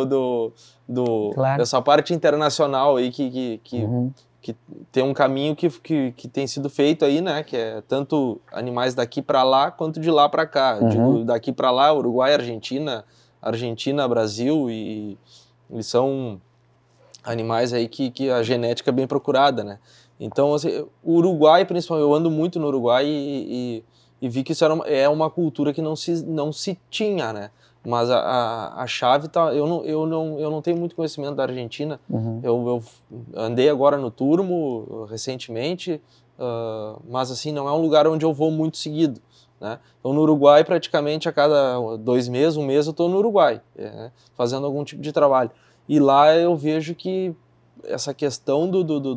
dessa parte internacional aí que tem um caminho que tem sido feito aí, né? Que é tanto animais daqui para lá quanto de lá para cá. Digo, daqui para lá, Uruguai, Argentina, Brasil, e são animais aí que a genética é bem procurada, né? Então, assim, o Uruguai, principalmente, eu ando muito no Uruguai e vi que isso é uma cultura que não se tinha, né? Mas a chave tá... Eu não tenho muito conhecimento da Argentina. Eu andei agora no Turmo recentemente, mas assim, não é um lugar onde eu vou muito seguido, né? Então, no Uruguai, praticamente a cada 2 meses, 1 mês, eu estou no Uruguai, fazendo algum tipo de trabalho. E lá eu vejo que essa questão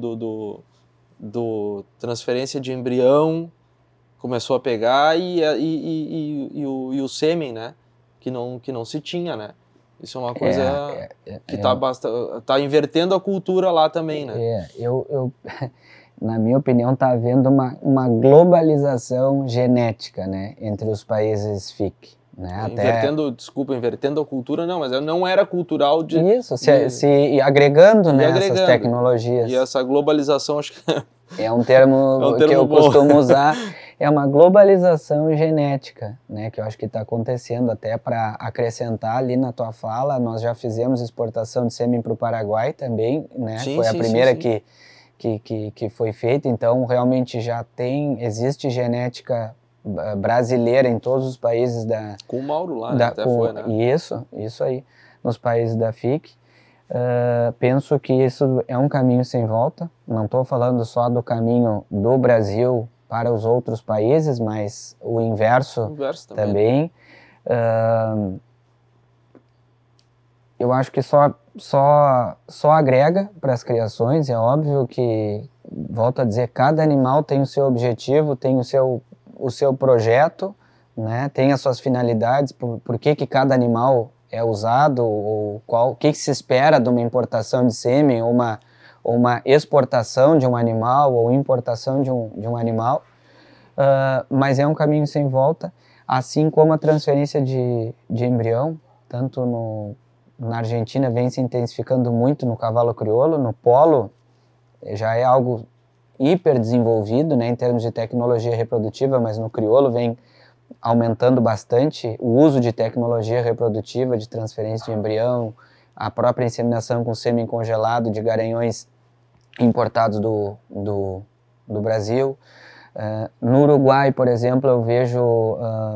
do transferência de embrião começou a pegar e o sêmen, né? Que não se tinha, né? Isso é uma coisa que tá invertendo a cultura lá também, né? Na minha opinião, está havendo uma globalização genética, né, entre os países FIC. Né? Invertendo a cultura, não, mas não era cultural de... Isso, se agregando, né, essas tecnologias. E essa globalização, acho que... É um termo que eu costumo usar, é uma globalização genética, né, que eu acho que está acontecendo. Até para acrescentar ali na tua fala, nós já fizemos exportação de sêmen para o Paraguai também, né, foi a primeira que foi feita, então realmente existe genética brasileira em todos os países da... Com o Mauro lá, né? Até foi, né? Isso aí, nos países da FIC. Penso que isso é um caminho sem volta, não estou falando só do caminho do Brasil para os outros países, mas o inverso também. eu acho que só agrega para as criações. É óbvio que, volto a dizer, cada animal tem o seu objetivo, tem o seu projeto, né? Tem as suas finalidades, por que cada animal é usado, ou o que se espera de uma importação de sêmen, ou uma exportação de um animal, ou importação de um animal, mas é um caminho sem volta, assim como a transferência de embrião, tanto na Argentina vem se intensificando muito no cavalo crioulo, no polo já é algo hiper desenvolvido, né, em termos de tecnologia reprodutiva, mas no crioulo vem aumentando bastante o uso de tecnologia reprodutiva, de transferência de embrião, a própria inseminação com sêmen congelado de garanhões importados do Brasil. No Uruguai, por exemplo, eu vejo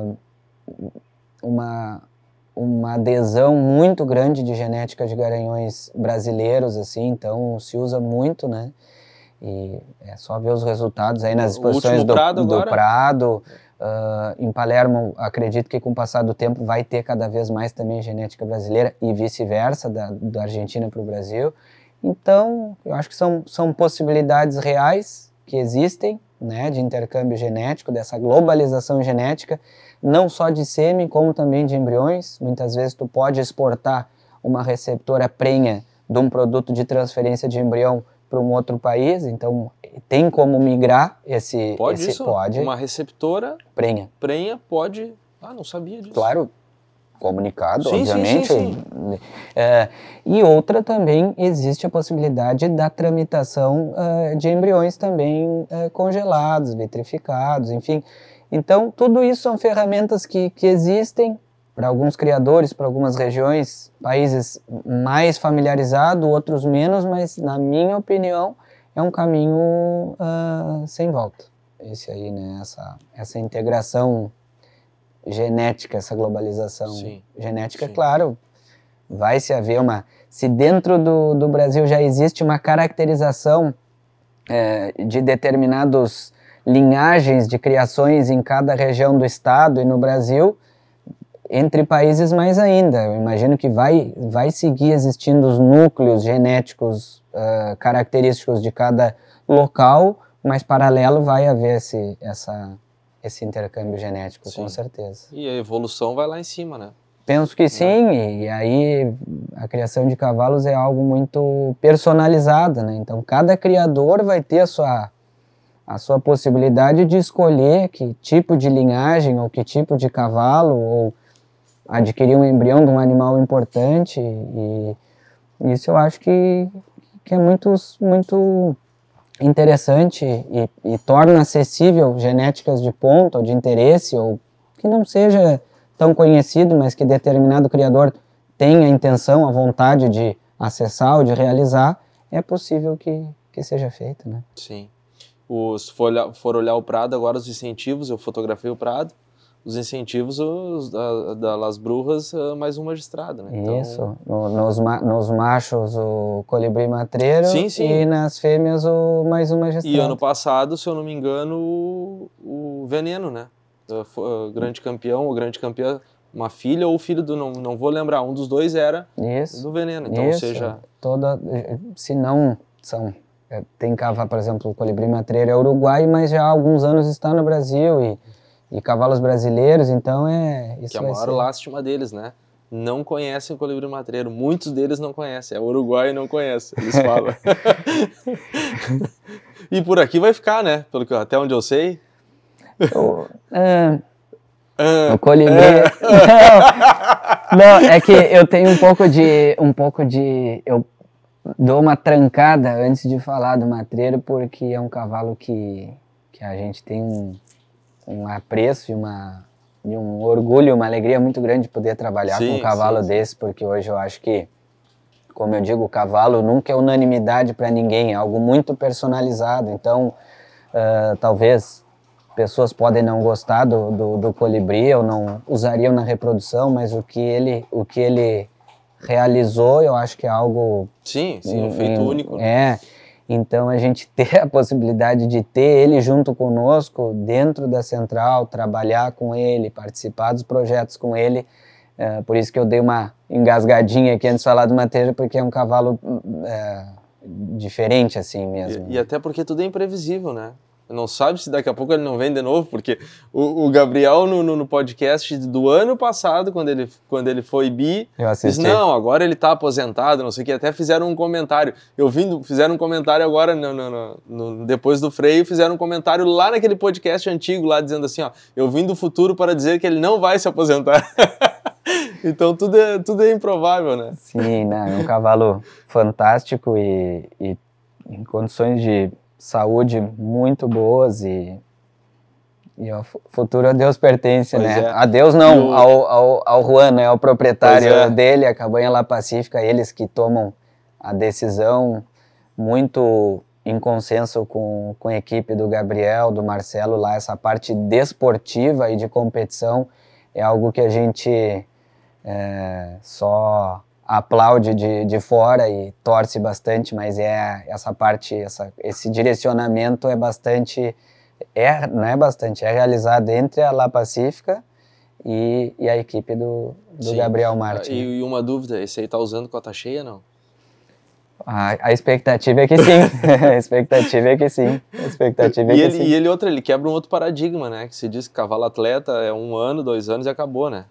uma adesão muito grande de genética de garanhões brasileiros, assim, então se usa muito, né? E é só ver os resultados aí nas exposições do Prado. Em Palermo, acredito que com o passar do tempo vai ter cada vez mais também genética brasileira e vice-versa, da Argentina para o Brasil. Então, eu acho que são possibilidades reais que existem, né, de intercâmbio genético, dessa globalização genética, não só de sêmen, como também de embriões. Muitas vezes tu pode exportar uma receptora prenha de um produto de transferência de embrião para um outro país, então tem como migrar esse... Pode isso? Pode. Uma receptora prenha pode... Ah, não sabia disso. Claro, comunicado, sim, obviamente. Sim. E outra também, existe a possibilidade da tramitação de embriões também congelados, vitrificados, enfim. Então, tudo isso são ferramentas que existem para alguns criadores, para algumas regiões, países mais familiarizados, outros menos, mas, na minha opinião, é um caminho sem volta. Esse aí, né? Essa integração genética, essa globalização genética, claro, vai se haver se dentro do Brasil já existe uma caracterização de determinados linhagens de criações em cada região do estado e no Brasil, entre países mais ainda. Eu imagino que vai seguir existindo os núcleos genéticos característicos de cada local, mas paralelo vai haver esse intercâmbio genético, com certeza. E a evolução vai lá em cima, né? Penso que sim, e aí a criação de cavalos é algo muito personalizado, né? Então cada criador vai ter a sua possibilidade de escolher que tipo de linhagem ou que tipo de cavalo, ou adquirir um embrião de um animal importante, e isso eu acho que é muito, muito interessante e torna acessível genéticas de ponta ou de interesse, ou que não seja tão conhecido, mas que determinado criador tenha a intenção, a vontade de acessar ou de realizar, é possível que seja feito, né? Sim. Se for olhar o Prado agora, os incentivos, eu fotografei o Prado, os incentivos das Brujas, mais um magistrado, né? Então... Isso, nos machos o colibri matreiro, e nas fêmeas mais um magistrado. E ano passado, se eu não me engano, o Veneno, né? O grande campeão, ou grande campeã, uma filha ou filho do... Não vou lembrar, um dos dois era do Veneno. Então, ou seja... Se não são... Tem cavalo, por exemplo, o colibri matreiro é uruguai, mas já há alguns anos está no Brasil, e cavalos brasileiros, então isso que é a maior lástima deles, né? Não conhecem o colibri matreiro, muitos deles não conhecem, é Uruguai e não conhece, eles falam. E por aqui vai ficar, né? Até onde eu sei. O colibri... Não, é que eu tenho um pouco de... Eu dou uma trancada antes de falar do matreiro, porque é um cavalo que a gente tem um apreço e um orgulho, uma alegria muito grande de poder trabalhar com um cavalo desse, porque hoje eu acho que, como eu digo, o cavalo nunca é unanimidade para ninguém, é algo muito personalizado. Então, talvez pessoas podem não gostar do colibri ou não usariam na reprodução, mas o que ele realizou, eu acho que é algo... Sim, um feito único. Então a gente ter a possibilidade de ter ele junto conosco, dentro da central, trabalhar com ele, participar dos projetos com ele, Por isso que eu dei uma engasgadinha aqui antes de falar do Mateja, porque é um cavalo diferente assim mesmo. E até porque tudo é imprevisível, né? Não sabe se daqui a pouco ele não vem de novo, porque o Gabriel no podcast do ano passado, quando ele foi bi, disse, não, agora ele tá aposentado, não sei o que, até fizeram um comentário, fizeram um comentário agora, depois do freio, fizeram um comentário lá naquele podcast antigo, lá dizendo assim, ó, eu vim do futuro para dizer que ele não vai se aposentar. Então tudo é improvável, né? Sim, né? É um cavalo fantástico e em condições de saúde muito boas e o futuro a Deus pertence, pois né? A Deus não, ao Juan, né? Ao proprietário dele, a Cabanha La Pacífica, eles que tomam a decisão muito em consenso com a equipe do Gabriel, do Marcelo lá, essa parte desportiva e de competição é algo que a gente só aplaude de fora e torce bastante, mas essa parte, esse direcionamento é realizado entre a La Pacífica e a equipe do Gabriel Martin. E uma dúvida, esse aí tá usando cota cheia, não? A expectativa é que sim. A expectativa é que sim. E ele quebra um outro paradigma, né? Que se diz que cavalo atleta é 1 ano, 2 anos e acabou, né?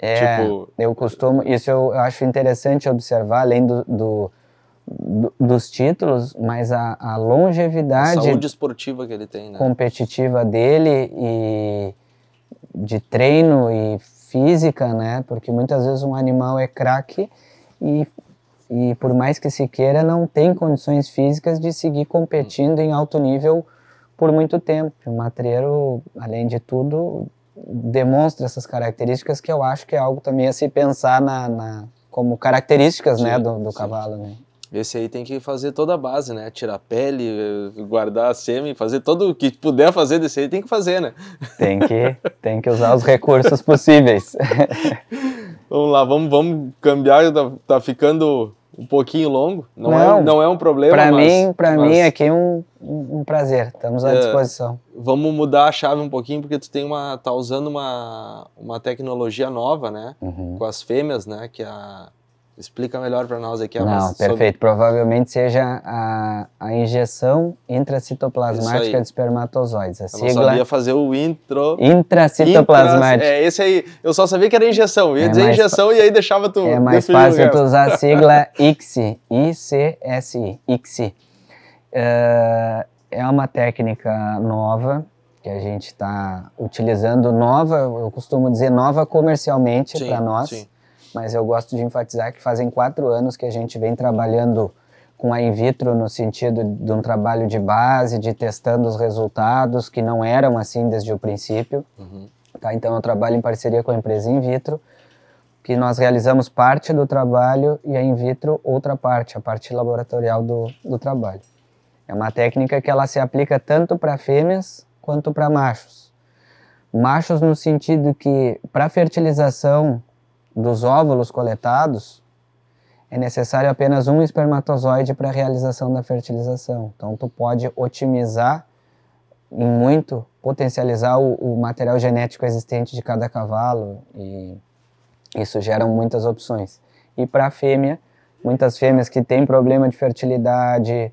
Isso eu acho interessante observar, além dos títulos, mas a longevidade... A saúde esportiva que ele tem, né? Competitiva dele e de treino e física, né? Porque muitas vezes um animal é craque e por mais que se queira, não tem condições físicas de seguir competindo em alto nível por muito tempo. O matreiro, além de tudo, demonstra essas características que eu acho que é algo também a se pensar como características, né, do cavalo, né? Esse aí tem que fazer toda a base, né? Tirar a pele, guardar a sêmen, fazer tudo o que puder fazer desse aí, tem que fazer, né? Tem que usar os recursos possíveis. Vamos lá, vamos cambiar, tá ficando um pouquinho longo, não é um problema, Para mim aqui é um prazer, estamos à disposição. Vamos mudar a chave um pouquinho, porque tu tá usando uma tecnologia nova, né? Uhum. Com as fêmeas, né? Explica melhor para nós aqui. Perfeito. Provavelmente seja a injeção intracitoplasmática de espermatozoides. Eu não sabia fazer o intracitoplasmática. Esse aí, eu só sabia que era injeção. Eu ia dizer injeção e aí deixava tu... É mais fácil tu usar a sigla ICSI. ICSI. ICSI. É uma técnica nova que a gente está utilizando. Nova, eu costumo dizer nova comercialmente para nós. Sim. Mas eu gosto de enfatizar que fazem 4 anos que a gente vem trabalhando com a in vitro no sentido de um trabalho de base, de testando os resultados, que não eram assim desde o princípio. Uhum. Tá? Então eu trabalho em parceria com a empresa in vitro, que nós realizamos parte do trabalho e a in vitro outra parte, a parte laboratorial do trabalho. É uma técnica que ela se aplica tanto para fêmeas quanto para machos. Machos no sentido que para fertilização dos óvulos coletados, é necessário apenas um espermatozoide para a realização da fertilização. Então, tu pode otimizar em muito, potencializar o material genético existente de cada cavalo e isso gera muitas opções. E para a fêmea, muitas fêmeas que têm problema de fertilidade,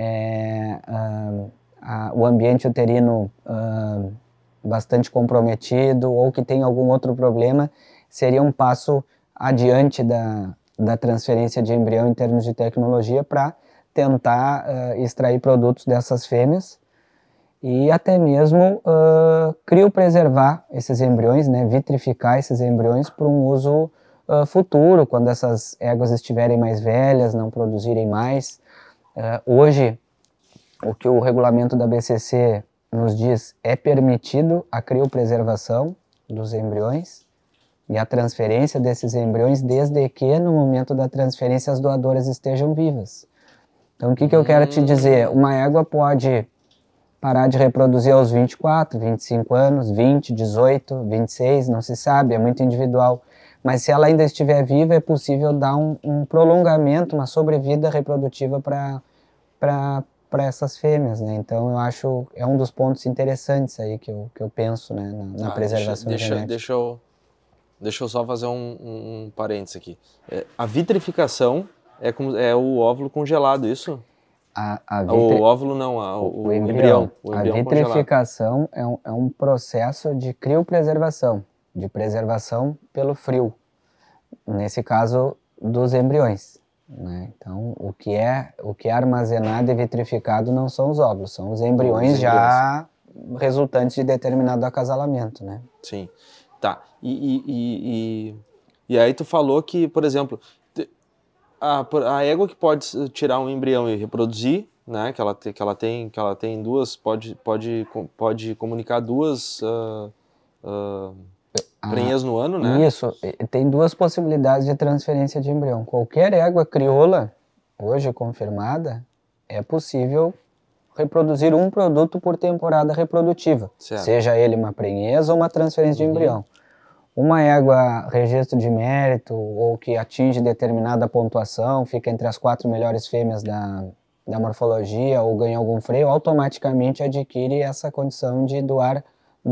o ambiente uterino bastante comprometido ou que tem algum outro problema, seria um passo adiante da transferência de embrião em termos de tecnologia para tentar extrair produtos dessas fêmeas e até mesmo criopreservar esses embriões, né, vitrificar esses embriões para um uso futuro, quando essas éguas estiverem mais velhas, não produzirem mais. Hoje, o que o regulamento da BCC nos diz é permitido a criopreservação dos embriões e a transferência desses embriões desde que no momento da transferência as doadoras estejam vivas. Então o que eu quero te dizer? Uma égua pode parar de reproduzir aos 24, 25 anos, 20, 18, 26, não se sabe, é muito individual. Mas se ela ainda estiver viva, é possível dar um prolongamento, uma sobrevida reprodutiva para essas fêmeas, né? Então eu acho, é um dos pontos interessantes aí que eu penso, né, na preservação genética. Deixa eu só fazer um parênteses aqui. A vitrificação é o óvulo congelado, isso? O óvulo não, o embrião. O embrião a vitrificação é um processo de criopreservação, de preservação pelo frio. Nesse caso, dos embriões. Né? Então, o que é armazenado e vitrificado não são os óvulos, são os embriões já resultantes de determinado acasalamento, né? Sim. Tá. E aí tu falou que, por exemplo, a égua que pode tirar um embrião e reproduzir, né? Que ela tem duas, pode comunicar duas prenhas no ano, né? Isso, tem duas possibilidades de transferência de embrião. Qualquer égua crioula, hoje confirmada, é possível reproduzir um produto por temporada reprodutiva. Certo. Seja ele uma prenhez ou uma transferência de embrião. Uma égua registro de mérito ou que atinge determinada pontuação, fica entre as 4 melhores fêmeas da morfologia ou ganha algum freio, automaticamente adquire essa condição de doar,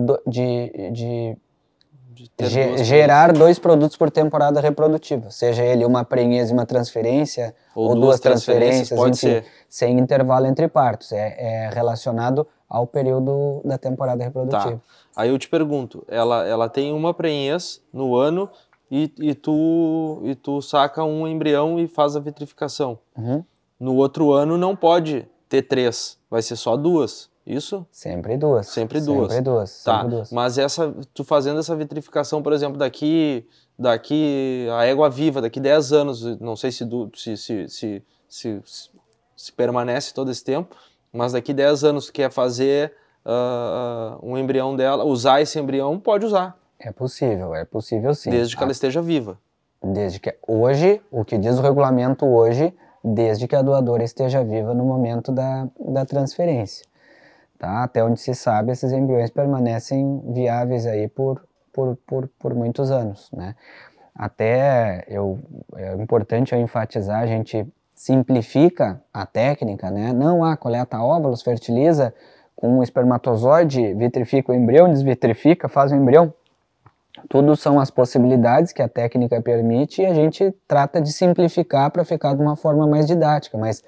gerar 2 produtos por temporada reprodutiva, seja ele uma prenhez e uma transferência, ou 2 transferências, enfim, sem intervalo entre partos. É relacionado ao período da temporada reprodutiva. Tá. Aí eu te pergunto, ela tem uma prenhez no ano e tu saca um embrião e faz a vitrificação. No outro ano não pode ter 3, vai ser só 2. Isso? Sempre duas. Sempre duas. Tá. Mas tu fazendo essa vitrificação, por exemplo, daqui a égua viva, daqui 10 anos, não sei se permanece todo esse tempo, mas daqui 10 anos tu quer fazer um embrião dela, usar esse embrião, pode usar. É possível sim. Desde que ela esteja viva. Desde que hoje, o que diz o regulamento hoje, desde que a doadora esteja viva no momento da transferência. Tá? Até onde se sabe, esses embriões permanecem viáveis aí por muitos anos, né? Até é importante eu enfatizar, a gente simplifica a técnica, né? Não coleta óvulos, fertiliza com um espermatozoide, vitrifica o embrião, desvitrifica, faz o embrião. Tudo são as possibilidades que a técnica permite e a gente trata de simplificar para ficar de uma forma mais didática, mas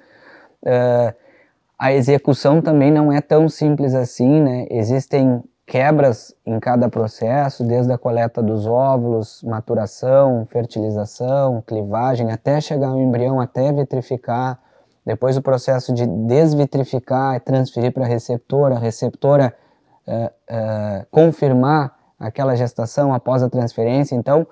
a execução também não é tão simples assim, né? Existem quebras em cada processo, desde a coleta dos óvulos, maturação, fertilização, clivagem, até chegar ao embrião, até vitrificar, depois o processo de desvitrificar e transferir para a receptora confirmar aquela gestação após a transferência. Então,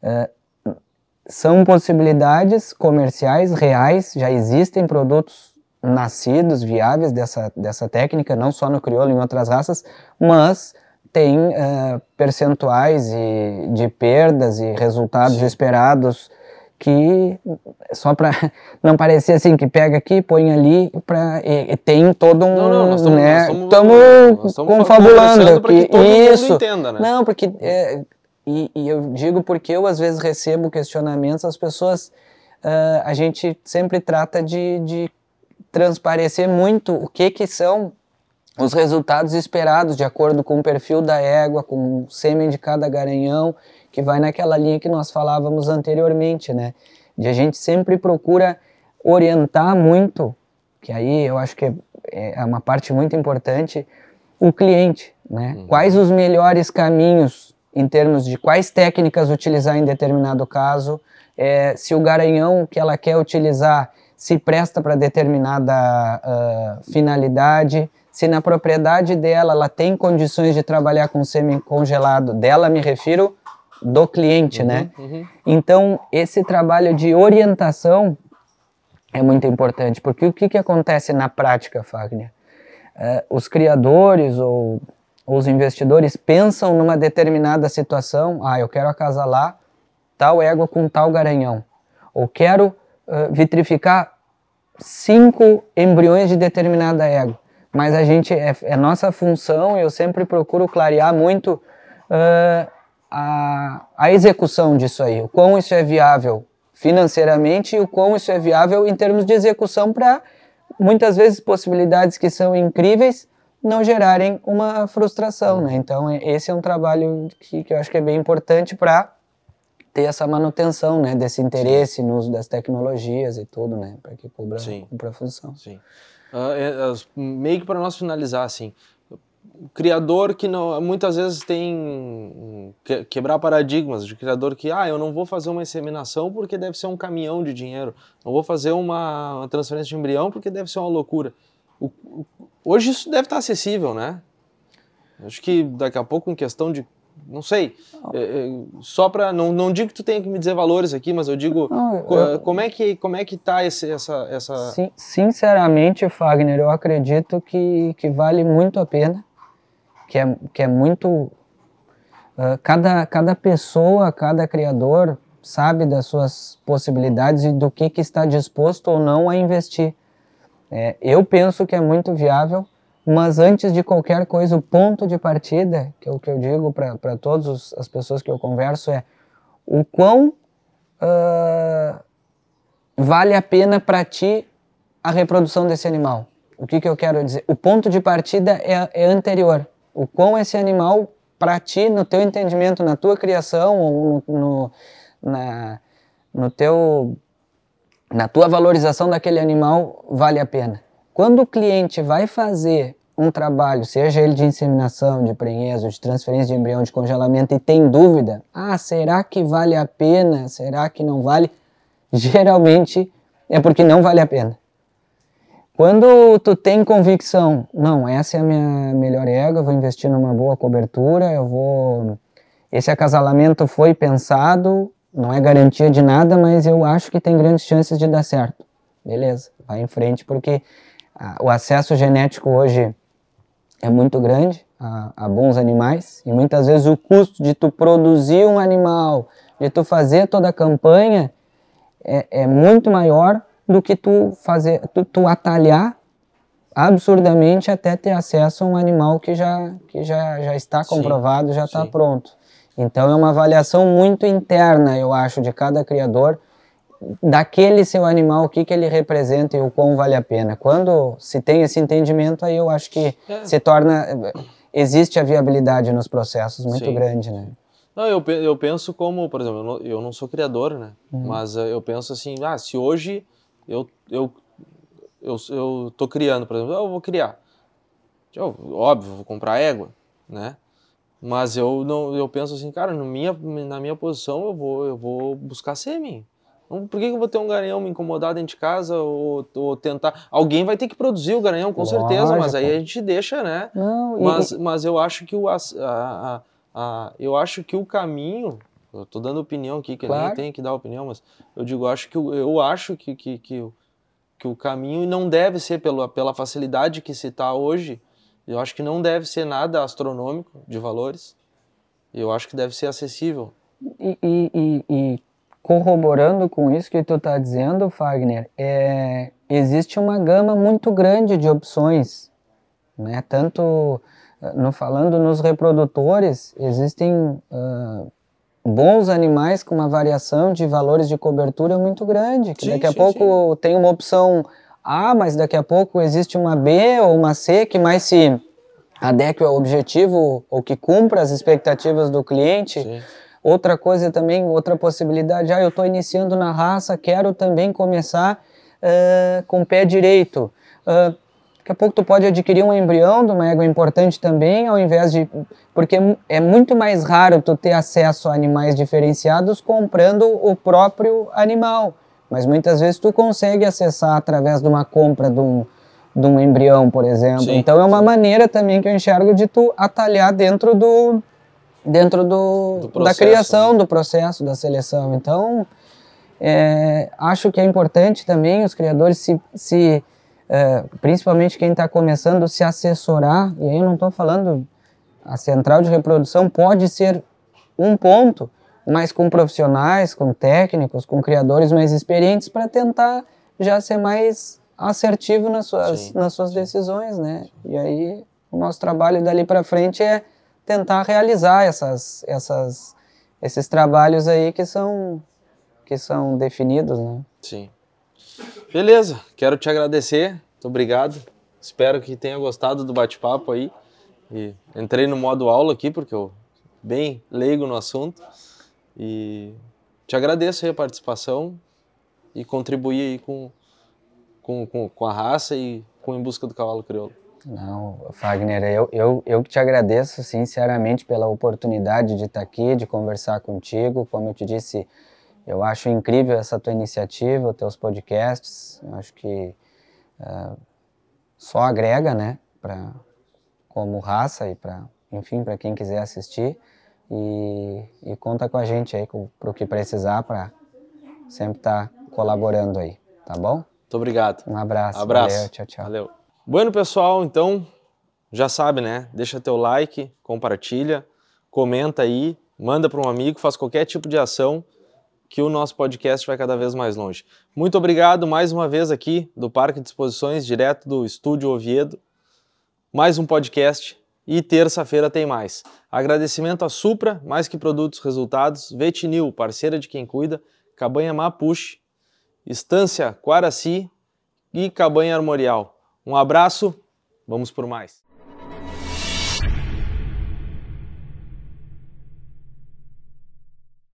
são possibilidades comerciais reais, já existem produtos nascidos, viáveis dessa técnica, não só no crioulo, em outras raças, mas tem percentuais de perdas e resultados esperados que, só para não parecer assim, que pega aqui, põe ali, e tem todo um... Não, nós estamos confabulando para que todo mundo entenda, né? Não, porque... E eu digo porque eu às vezes recebo questionamentos, as pessoas... a gente sempre trata de transparecer muito o que são os resultados esperados de acordo com o perfil da égua, com o sêmen de cada garanhão, que vai naquela linha que nós falávamos anteriormente, né? De a gente sempre procura orientar muito, que aí eu acho que é uma parte muito importante, o cliente, né? Quais os melhores caminhos em termos de quais técnicas utilizar em determinado caso, se o garanhão que ela quer utilizar se presta para determinada finalidade, se na propriedade dela ela tem condições de trabalhar com sêmen congelado, dela me refiro do cliente, né? Então, esse trabalho de orientação é muito importante, porque o que acontece na prática, Fagner? Os criadores ou os investidores pensam numa determinada situação, eu quero acasalar tal égua com tal garanhão, ou quero vitrificar 5 embriões de determinada égua, mas a gente, é nossa função, eu sempre procuro clarear muito a execução disso aí, o quão isso é viável financeiramente e o quão isso é viável em termos de execução para, muitas vezes, possibilidades que são incríveis não gerarem uma frustração, né? Então, esse é um trabalho que eu acho que é bem importante para ter essa manutenção, né, desse interesse no uso das tecnologias e tudo, né, para que cumpra a função. Sim. Meio que para nós finalizar, assim, o criador que não, muitas vezes tem quebrar paradigmas de criador que, eu não vou fazer uma inseminação porque deve ser um caminhão de dinheiro, não vou fazer uma transferência de embrião porque deve ser uma loucura. Hoje isso deve estar acessível, né? Acho que daqui a pouco, em questão de, não sei, só para, não digo que tu tenha que me dizer valores aqui, mas eu digo, como é que tá essa... Sinceramente, Fagner, eu acredito que vale muito a pena, que é muito... cada pessoa, cada criador sabe das suas possibilidades e do que está disposto ou não a investir. Eu penso que é muito viável, mas antes de qualquer coisa, o ponto de partida, que é o que eu digo para todas as pessoas que eu converso, é o quão vale a pena para ti a reprodução desse animal. O que eu quero dizer? O ponto de partida é anterior. O quão esse animal, para ti, no teu entendimento, na tua criação, ou na tua valorização daquele animal, vale a pena. Quando o cliente vai fazer um trabalho, seja ele de inseminação, de prenhez, de transferência de embrião, de congelamento, e tem dúvida, será que vale a pena? Será que não vale? Geralmente é porque não vale a pena. Quando tu tem convicção, não, essa é a minha melhor égua, eu vou investir numa boa cobertura, esse acasalamento foi pensado, não é garantia de nada, mas eu acho que tem grandes chances de dar certo. Beleza, vai em frente, porque o acesso genético hoje é muito grande a bons animais, e muitas vezes o custo de tu produzir um animal, de tu fazer toda a campanha, é muito maior do que tu atalhar absurdamente até ter acesso a um animal que já está comprovado, já está pronto. Então é uma avaliação muito interna, eu acho, de cada criador, daquele seu animal, o que ele representa e o quão vale a pena. Quando se tem esse entendimento, aí eu acho que existe a viabilidade nos processos muito grande, né? Não, eu penso como, por exemplo, eu não sou criador, né? Mas eu penso assim, se hoje eu tô criando, por exemplo, eu vou criar. Óbvio, vou comprar égua, né? Mas eu penso assim, cara, na minha posição eu vou buscar sêmen. Por que eu vou ter um garanhão me incomodar dentro de casa ou tentar... Alguém vai ter que produzir o garanhão, com certeza, mas aí a gente deixa, né? Não, mas eu acho que eu acho que o caminho... Eu tô dando opinião aqui, que nem tem que dar opinião, mas eu acho que o caminho não deve ser pela facilidade que se está hoje. Eu acho que não deve ser nada astronômico de valores. Eu acho que deve ser acessível. E corroborando com isso que tu está dizendo, Fagner, existe uma gama muito grande de opções, né? Tanto falando nos reprodutores, existem bons animais com uma variação de valores de cobertura muito grande, que daqui a pouco tem uma opção A, mas daqui a pouco existe uma B ou uma C que mais se adeque ao objetivo ou que cumpra as expectativas do cliente. Sim. Outra coisa também, outra possibilidade, eu estou iniciando na raça, quero também começar com o pé direito. Daqui a pouco tu pode adquirir um embrião de uma égua importante também, ao invés de... Porque é muito mais raro tu ter acesso a animais diferenciados comprando o próprio animal. Mas muitas vezes tu consegue acessar através de uma compra de um embrião, por exemplo. Então é uma maneira também que eu enxergo de tu atalhar dentro processo, da criação, né? Do processo, da seleção. Então, acho que é importante também os criadores principalmente quem está começando, se assessorar, e aí eu não estou falando, a central de reprodução pode ser um ponto, mas com profissionais, com técnicos, com criadores mais experientes para tentar já ser mais assertivo nas suas decisões, né? E aí o nosso trabalho dali para frente é tentar realizar esses trabalhos aí que são definidos, né? Sim. Beleza, quero te agradecer, muito obrigado, espero que tenha gostado do bate-papo aí, e entrei no modo aula aqui porque eu bem leigo no assunto, e te agradeço aí a participação e contribuir aí com a raça e com Em Busca do Cavalo Crioulo. Não, Fagner, eu que te agradeço sinceramente pela oportunidade de estar aqui, de conversar contigo. Como eu te disse, eu acho incrível essa tua iniciativa, os teus podcasts. Eu acho que só agrega, né, como raça e enfim, para quem quiser assistir. E conta com a gente aí para o que precisar, para sempre estar colaborando aí, tá bom? Muito obrigado. Um abraço. Abraço. Valeu, tchau, tchau. Valeu. Bueno, pessoal, então, já sabe, né? Deixa teu like, compartilha, comenta aí, manda para um amigo, faz qualquer tipo de ação que o nosso podcast vai cada vez mais longe. Muito obrigado mais uma vez aqui do Parque de Exposições, direto do Estúdio Oviedo. Mais um podcast e terça-feira tem mais. Agradecimento à Supra, mais que produtos, resultados, Vetinil, parceira de quem cuida, Cabanha Mapuche, Estância Quaraci e Cabanha Armorial. Um abraço, vamos por mais.